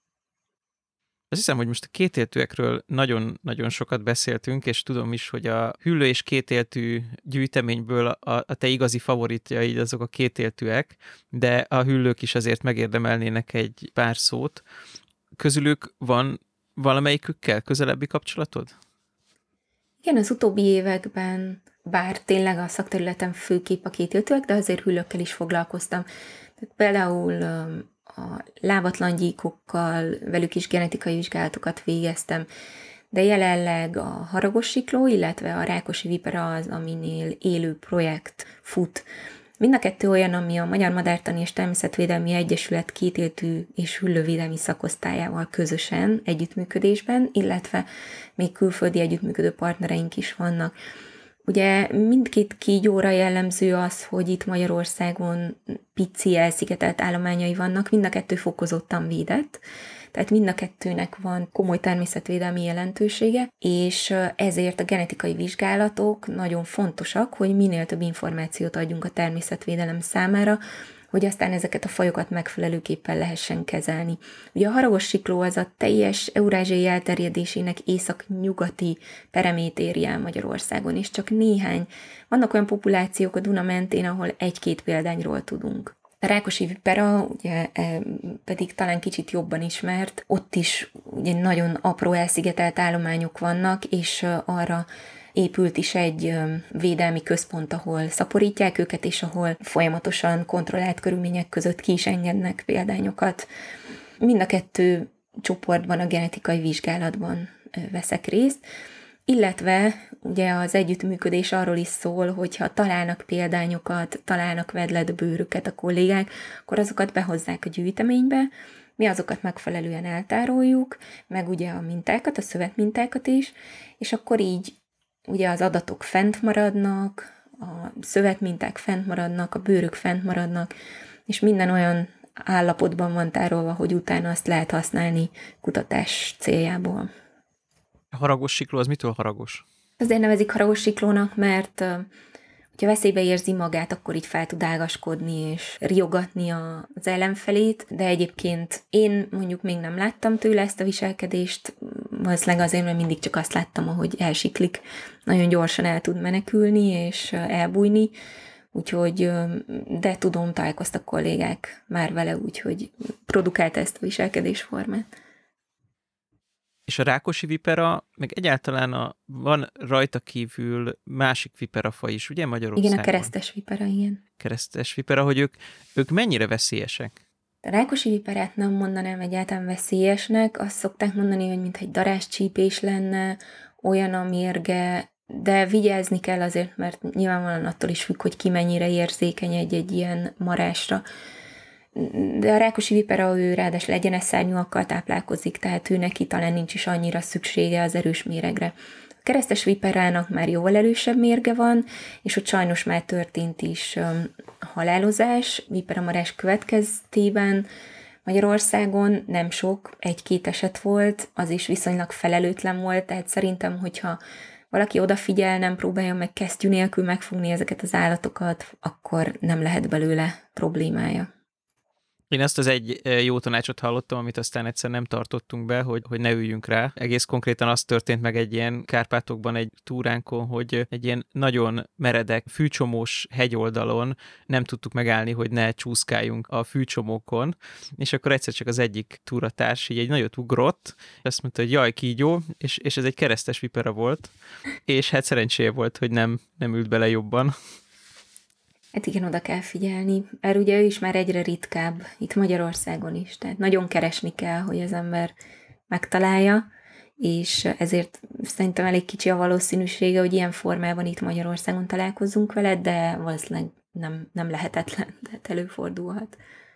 Azt hiszem, hogy most a kétéltűekről nagyon-nagyon sokat beszéltünk, és tudom is, hogy a hüllő és kétéltű gyűjteményből a te igazi favoritjaid azok a kétéltűek, de a hüllők is azért megérdemelnének egy pár szót. Közülük van valamelyikükkel közelebbi kapcsolatod? Igen, az utóbbi években, bár tényleg a szakterületen főképp a kétéltűek, de azért hüllőkkel is foglalkoztam. Tehát például a lábatlan gyíkokkal, velük is genetikai vizsgálatokat végeztem, de jelenleg a haragos sikló, illetve a rákosi vipera az, aminél élő projekt fut. Mind a kettő olyan, ami a Magyar Madártani és Természetvédelmi Egyesület kétéltű és hüllővédelmi szakosztályával közösen együttműködésben, illetve még külföldi együttműködő partnereink is vannak. Ugye mindkét kígyóra jellemző az, hogy itt Magyarországon pici elszigetelt állományai vannak, mind a kettő fokozottan védett, tehát mind a kettőnek van komoly természetvédelmi jelentősége, és ezért a genetikai vizsgálatok nagyon fontosak, hogy minél több információt adjunk a természetvédelem számára, hogy aztán ezeket a fajokat megfelelőképpen lehessen kezelni. Ugye a haragos sikló az a teljes eurázsiai elterjedésének észak-nyugati peremét éri el Magyarországon, és csak néhány. Vannak olyan populációk a Duna mentén, ahol egy-két példányról tudunk. A rákosi vipera ugye, pedig talán kicsit jobban ismert, ott is ugye nagyon apró elszigetelt állományok vannak, és arra épült is egy védelmi központ, ahol szaporítják őket, és ahol folyamatosan kontrollált körülmények között ki is engednek példányokat. Mind a kettő csoportban a genetikai vizsgálatban veszek részt, illetve ugye az együttműködés arról is szól, hogyha találnak példányokat, találnak vedletbőröket a kollégák, akkor azokat behozzák a gyűjteménybe, mi azokat megfelelően eltároljuk, meg ugye a mintákat, a szövetmintákat is, és akkor így ugye az adatok fent maradnak, a szövetminták fent maradnak, a bőrök fent maradnak, és minden olyan állapotban van tárolva, hogy utána azt lehet használni kutatás céljából. A haragos sikló az mitől haragos? Azért nevezik haragos siklónak, mert hogyha veszélybe érzi magát, akkor így fel tud ágaskodni és riogatni az ellenfelét, de egyébként én mondjuk még nem láttam tőle ezt a viselkedést, valószínűleg azért, mert mindig csak azt láttam, ahogy elsiklik, nagyon gyorsan el tud menekülni és elbújni, úgyhogy, de tudom, találkoztak kollégák már vele, úgyhogy produkálta ezt a viselkedésformát. És a rákosi vipera, meg egyáltalán van rajta kívül másik viperafaj is, ugye Magyarországon? Igen, a keresztes vipera, igen. Keresztes vipera, hogy ők mennyire veszélyesek? A rákosi viperát nem mondanám egyáltalán veszélyesnek, azt szokták mondani, hogy mintha egy darázscsípés lenne, olyan a mérge, de vigyázni kell azért, mert nyilvánvalóan attól is függ, hogy ki mennyire érzékeny egy ilyen marásra. De a rákosi vipera, ő ráadásul egyenes szárnyúakkal táplálkozik, tehát ő neki talán nincs is annyira szüksége az erős méregre. A keresztes viperának már jóval erősebb mérge van, és ott sajnos már történt is halálozás viperamarás következtében Magyarországon nem sok, 1-2 eset volt, az is viszonylag felelőtlen volt, tehát szerintem, hogyha valaki odafigyel, nem próbálja meg kesztyű nélkül megfogni ezeket az állatokat, akkor nem lehet belőle problémája. Én ezt az egy jó tanácsot hallottam, amit aztán egyszer nem tartottunk be, hogy ne üljünk rá. Egész konkrétan az történt meg egy ilyen Kárpátokban egy túránkon, hogy egy ilyen nagyon meredek, fűcsomós hegyoldalon nem tudtuk megállni, hogy ne csúszkáljunk a fűcsomókon, és akkor egyszer csak az egyik túratárs így egy nagyot ugrott, és azt mondta, hogy jaj, kígyó, és ez egy keresztes vipera volt, és hát szerencséje volt, hogy nem ült bele jobban. Hát igen, oda kell figyelni. Mert ugye ő is már egyre ritkább, itt Magyarországon is. Tehát nagyon keresni kell, hogy az ember megtalálja, és ezért szerintem elég kicsi a valószínűsége, hogy ilyen formában itt Magyarországon találkozunk vele, de valószínűleg nem lehetetlen, tehát előfordulhat.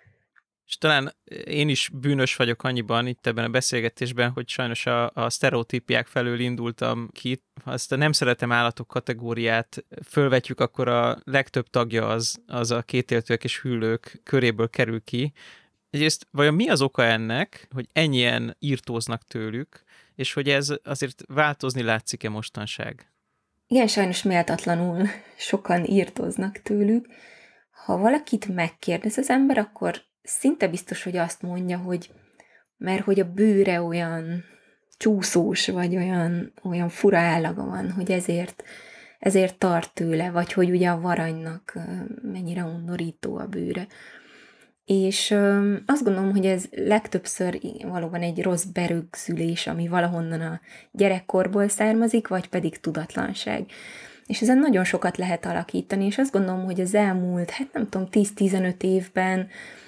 És talán én is bűnös vagyok annyiban itt ebben a beszélgetésben, hogy sajnos a sztereotípiák felől indultam ki. Ha ezt a nem szeretem állatok kategóriát fölvetjük, akkor a legtöbb tagja az a kétéltőek és hüllők köréből kerül ki. Egyrészt vajon mi az oka ennek, hogy ennyien írtóznak tőlük, és hogy ez azért változni látszik-e mostanság? Igen, sajnos méltatlanul sokan írtóznak tőlük. Ha valakit megkérdez az ember, akkor szinte biztos, hogy azt mondja, hogy mert hogy a bőre olyan csúszós, vagy olyan fura állaga van, hogy ezért tart tőle, vagy hogy ugye a varanynak mennyire undorító a bőre. És azt gondolom, hogy ez legtöbbször valóban egy rossz berögzülés, ami valahonnan a gyerekkorból származik, vagy pedig tudatlanság. És ezen nagyon sokat lehet alakítani, és azt gondolom, hogy az elmúlt, hát nem tudom, 10-15 évben,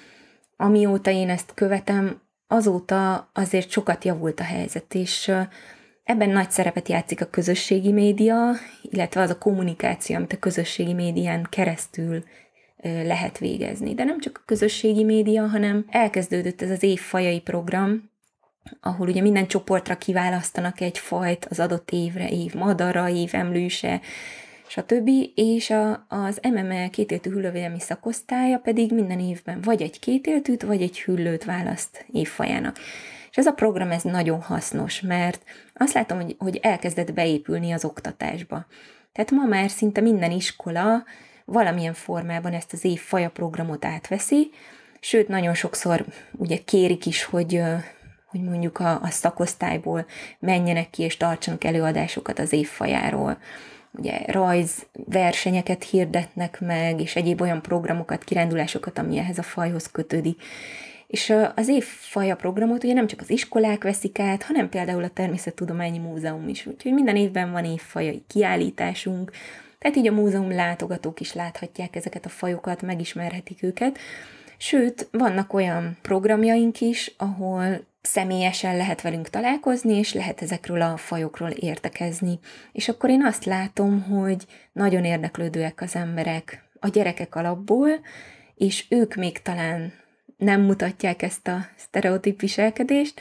amióta én ezt követem, azóta azért sokat javult a helyzet, és ebben nagy szerepet játszik a közösségi média, illetve az a kommunikáció, amit a közösségi médián keresztül lehet végezni. De nem csak a közösségi média, hanem elkezdődött ez az évfajai program, ahol ugye minden csoportra kiválasztanak egy fajt az adott évre, év madara, év emlőse, stb. És az MMA kétéltű hüllővédelmi szakosztálya pedig minden évben vagy egy kétéltűt, vagy egy hüllőt választ évfajának. És ez a program ez nagyon hasznos, mert azt látom, hogy elkezdett beépülni az oktatásba. Tehát ma már szinte minden iskola valamilyen formában ezt az évfaja programot átveszi, sőt, nagyon sokszor ugye kérik is, hogy mondjuk a szakosztályból menjenek ki és tartsanak előadásokat az évfajáról. Ugye rajzversenyeket hirdetnek meg, és egyéb olyan programokat, kirándulásokat, ami ehhez a fajhoz kötődik. És az évfaja programot ugye nem csak az iskolák veszik át, hanem például a Természettudományi Múzeum is. Úgyhogy minden évben van évfajai kiállításunk, tehát így a múzeum látogatók is láthatják ezeket a fajokat, megismerhetik őket. Sőt, vannak olyan programjaink is, ahol személyesen lehet velünk találkozni, és lehet ezekről a fajokról értekezni. És akkor én azt látom, hogy nagyon érdeklődőek az emberek, a gyerekek alapból, és ők még talán nem mutatják ezt a sztereotíp viselkedést,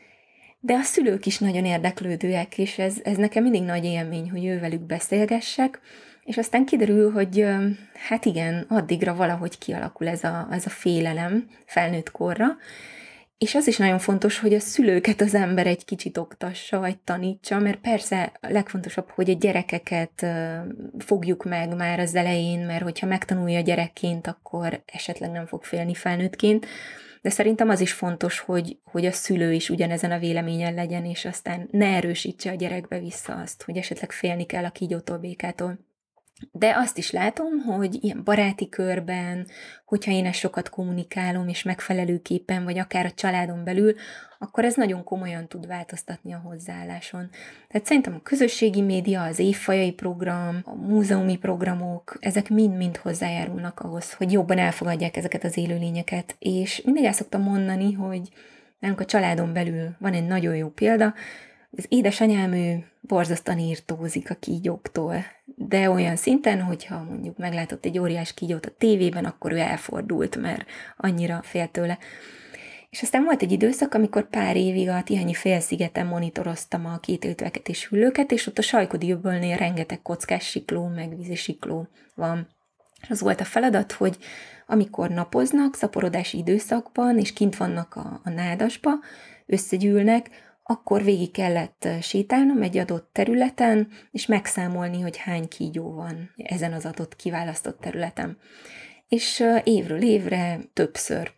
de a szülők is nagyon érdeklődőek, és ez nekem mindig nagy élmény, hogy ővelük beszélgessek, és aztán kiderül, hogy hát igen, addigra valahogy kialakul ez a félelem felnőtt korra, és az is nagyon fontos, hogy a szülőket az ember egy kicsit oktassa, vagy tanítsa, mert persze a legfontosabb, hogy a gyerekeket fogjuk meg már az elején, mert hogyha megtanulja gyerekként, akkor esetleg nem fog félni felnőttként, de szerintem az is fontos, hogy a szülő is ugyanezen a véleményen legyen, és aztán ne erősítse a gyerekbe vissza azt, hogy esetleg félni kell a kígyótól, békától. De azt is látom, hogy ilyen baráti körben, hogyha én ezt sokat kommunikálom, és megfelelőképpen, vagy akár a családon belül, akkor ez nagyon komolyan tud változtatni a hozzáálláson. Tehát szerintem a közösségi média, az évfajai program, a múzeumi programok, ezek mind-mind hozzájárulnak ahhoz, hogy jobban elfogadják ezeket az élőlényeket. És mindig el szoktam mondani, hogy nálunk a családon belül van egy nagyon jó példa, az édesanyám, ő borzasztóan írtózik a kígyóktól, de olyan szinten, hogyha mondjuk meglátott egy óriás kígyót a tévében, akkor ő elfordult, mert annyira fél tőle. És aztán volt egy időszak, amikor pár évig a Tihanyi félszigeten monitoroztam a kétéltőeket és hüllőket, és ott a Sajkodi-öbölnél rengeteg kockás sikló, meg vízi sikló van. Az volt a feladat, hogy amikor napoznak, szaporodási időszakban, és kint vannak a nádasba, összegyűlnek, akkor végig kellett sétálnom egy adott területen, és megszámolni, hogy hány kígyó van ezen az adott kiválasztott területen. És évről évre többször.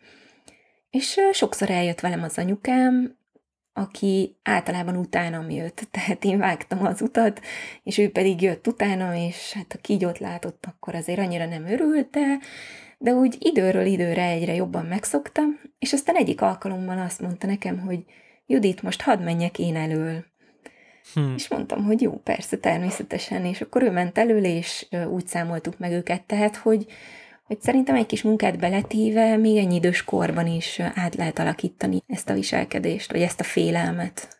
És sokszor eljött velem az anyukám, aki általában utánam jött, tehát én vágtam az utat, és ő pedig jött utána, és hát a kígyót látott, akkor azért annyira nem örült, de úgy időről időre egyre jobban megszoktam, és aztán egyik alkalommal azt mondta nekem, hogy Judit, most hadd menjek én elől. És mondtam, hogy jó, persze, természetesen, és akkor ő ment elől, és úgy számoltuk meg őket, tehát, hogy szerintem egy kis munkát beletéve még ennyi idős korban is át lehet alakítani ezt a viselkedést, vagy ezt a félelmet.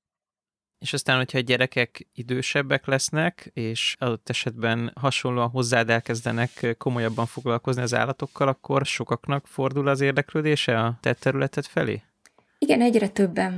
És aztán, hogyha a gyerekek idősebbek lesznek, és adott esetben hasonlóan hozzád elkezdenek komolyabban foglalkozni az állatokkal, akkor sokaknak fordul az érdeklődése a te területed felé? Igen, egyre többen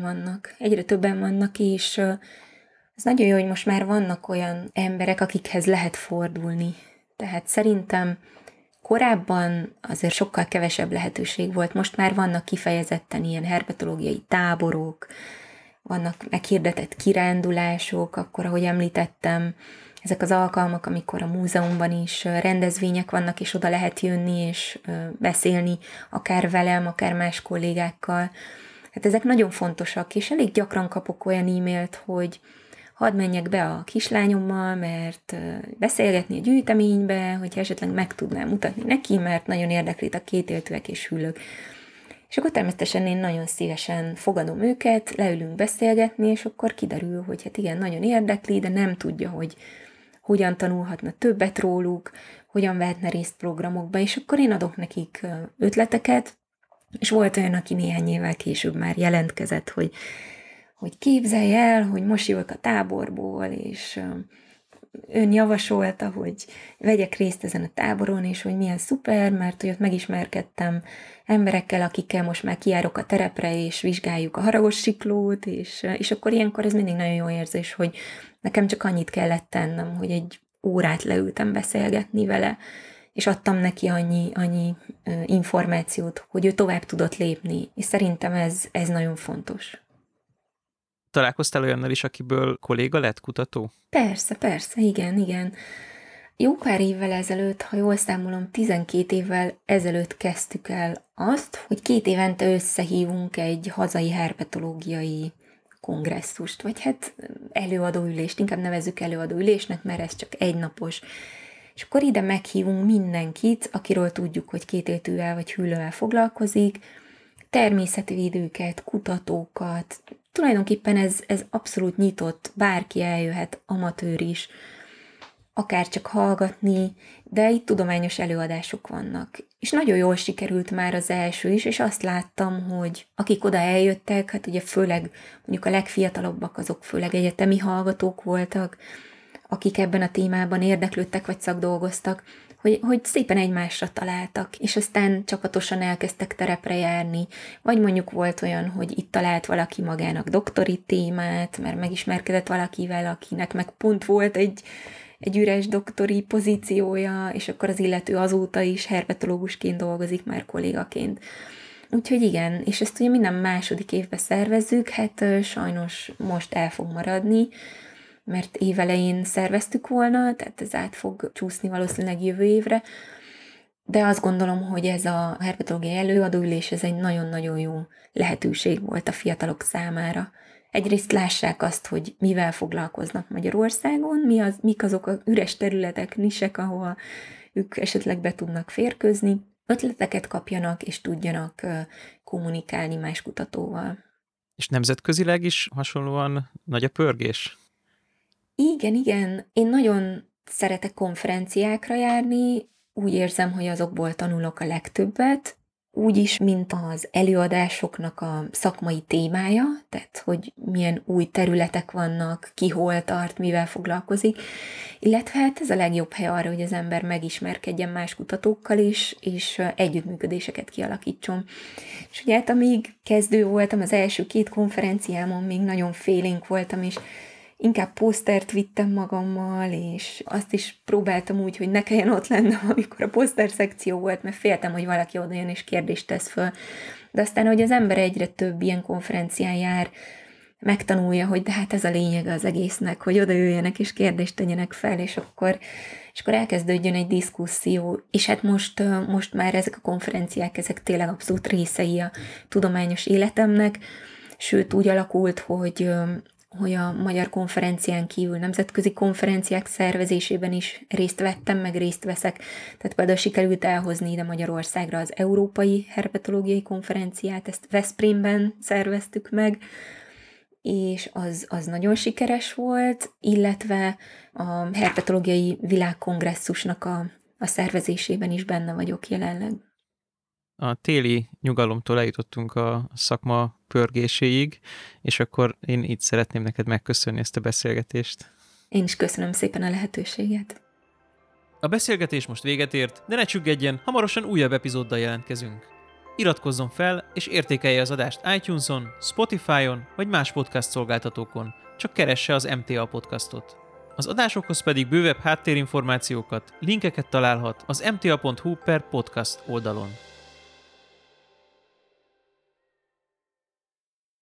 vannak, és ez nagyon jó, hogy most már vannak olyan emberek, akikhez lehet fordulni. Tehát szerintem korábban azért sokkal kevesebb lehetőség volt, most már vannak kifejezetten ilyen herpetológiai táborok, vannak meghirdetett kirándulások, akkor, ahogy említettem, ezek az alkalmak, amikor a múzeumban is rendezvények vannak, és oda lehet jönni, és beszélni, akár velem, akár más kollégákkal. Hát ezek nagyon fontosak, és elég gyakran kapok olyan e-mailt, hogy hadd menjek be a kislányommal, mert beszélgetni a gyűjteménybe, hogy esetleg meg tudnám mutatni neki, mert nagyon érdekli a kétéltőek és hüllők. És akkor természetesen én nagyon szívesen fogadom őket, leülünk beszélgetni, és akkor kiderül, hogy hát igen, nagyon érdekli, de nem tudja, hogy hogyan tanulhatna többet róluk, hogyan vehetne részt programokba, és akkor én adok nekik ötleteket, és volt olyan, aki néhány évvel később már jelentkezett, hogy képzelj el, hogy most jövök a táborból, és ön javasolta, hogy vegyek részt ezen a táboron, és hogy milyen szuper, mert hogy ott megismerkedtem emberekkel, akikkel most már kijárok a terepre, és vizsgáljuk a haragos siklót, és akkor ilyenkor ez mindig nagyon jó érzés, hogy nekem csak annyit kellett tennem, hogy egy órát leültem beszélgetni vele, és adtam neki annyi információt, hogy ő tovább tudott lépni, és szerintem ez nagyon fontos. Találkoztál olyannal is, akiből kolléga lett, kutató? Persze, igen. Jó pár évvel ezelőtt, ha jól számolom, 12 évvel ezelőtt kezdtük el azt, hogy 2 évente összehívunk egy hazai herpetológiai kongresszust, vagy hát előadóülést, inkább nevezzük előadóülésnek, mert ez csak egynapos. És akkor ide meghívunk mindenkit, akiről tudjuk, hogy kétéltűvel vagy hüllővel foglalkozik, természetvédőket, kutatókat. Tulajdonképpen ez abszolút nyitott, bárki eljöhet, amatőr is, akár csak hallgatni, de itt tudományos előadások vannak. És nagyon jól sikerült már az első is, és azt láttam, hogy akik oda eljöttek, hát ugye főleg mondjuk a legfiatalabbak, azok főleg egyetemi hallgatók voltak, akik ebben a témában érdeklődtek vagy szakdolgoztak, hogy szépen egymásra találtak, és aztán csapatosan elkezdtek terepre járni, vagy mondjuk volt olyan, hogy itt talált valaki magának doktori témát, mert megismerkedett valakivel, akinek meg pont volt egy üres doktori pozíciója, és akkor az illető azóta is herpetológusként dolgozik már kollégaként. Úgyhogy igen, és ezt ugye minden második évben szervezzük, hát sajnos most el fog maradni, mert évelején szerveztük volna, tehát ez át fog csúszni valószínűleg jövő évre, de azt gondolom, hogy ez a herpetológiai előadóülés, ez egy nagyon-nagyon jó lehetőség volt a fiatalok számára. Egyrészt lássák azt, hogy mivel foglalkoznak Magyarországon, mik azok a üres területek, nisek, ahol ők esetleg be tudnak férkőzni, ötleteket kapjanak, és tudjanak kommunikálni más kutatóval. És nemzetközileg is hasonlóan nagy a pörgés? Igen. Én nagyon szeretek konferenciákra járni, úgy érzem, hogy azokból tanulok a legtöbbet, úgy is, mint az előadásoknak a szakmai témája, tehát hogy milyen új területek vannak, ki hol tart, mivel foglalkozik, illetve hát ez a legjobb hely arra, hogy az ember megismerkedjen más kutatókkal is, és együttműködéseket kialakítson. És ugye hát amíg kezdő voltam, az első 2 konferenciámon még nagyon félénk voltam, és Inkább posztert vittem magammal, és azt is próbáltam úgy, hogy ne kelljen ott lennem, amikor a poszter szekció volt, mert féltem, hogy valaki oda jön és kérdést tesz föl. De aztán, hogy az ember egyre több ilyen konferencián jár, megtanulja, hogy de hát ez a lényege az egésznek, hogy oda jöjjenek és kérdést tegyenek fel, és akkor elkezdődjön egy diszkuszió, és hát most már ezek a konferenciák, ezek tényleg abszolút részei a tudományos életemnek, sőt úgy alakult, hogy a magyar konferencián kívül nemzetközi konferenciák szervezésében is részt vettem, meg részt veszek. Tehát például sikerült elhozni ide Magyarországra az Európai Herpetológiai Konferenciát, ezt Veszprémben szerveztük meg, és az nagyon sikeres volt, illetve a herpetológiai világkongresszusnak a szervezésében is benne vagyok jelenleg. A téli nyugalomtól eljutottunk a szakma pörgéséig, és akkor én így szeretném neked megköszönni ezt a beszélgetést. Én is köszönöm szépen a lehetőséget. A beszélgetés most véget ért, de ne csüggedjen, hamarosan újabb epizóddal jelentkezünk. Iratkozzon fel, és értékelje az adást iTunes-on, Spotify-on, vagy más podcast szolgáltatókon, csak keresse az MTA podcastot. Az adásokhoz pedig bővebb háttérinformációkat, linkeket találhat az mta.hu/podcast oldalon.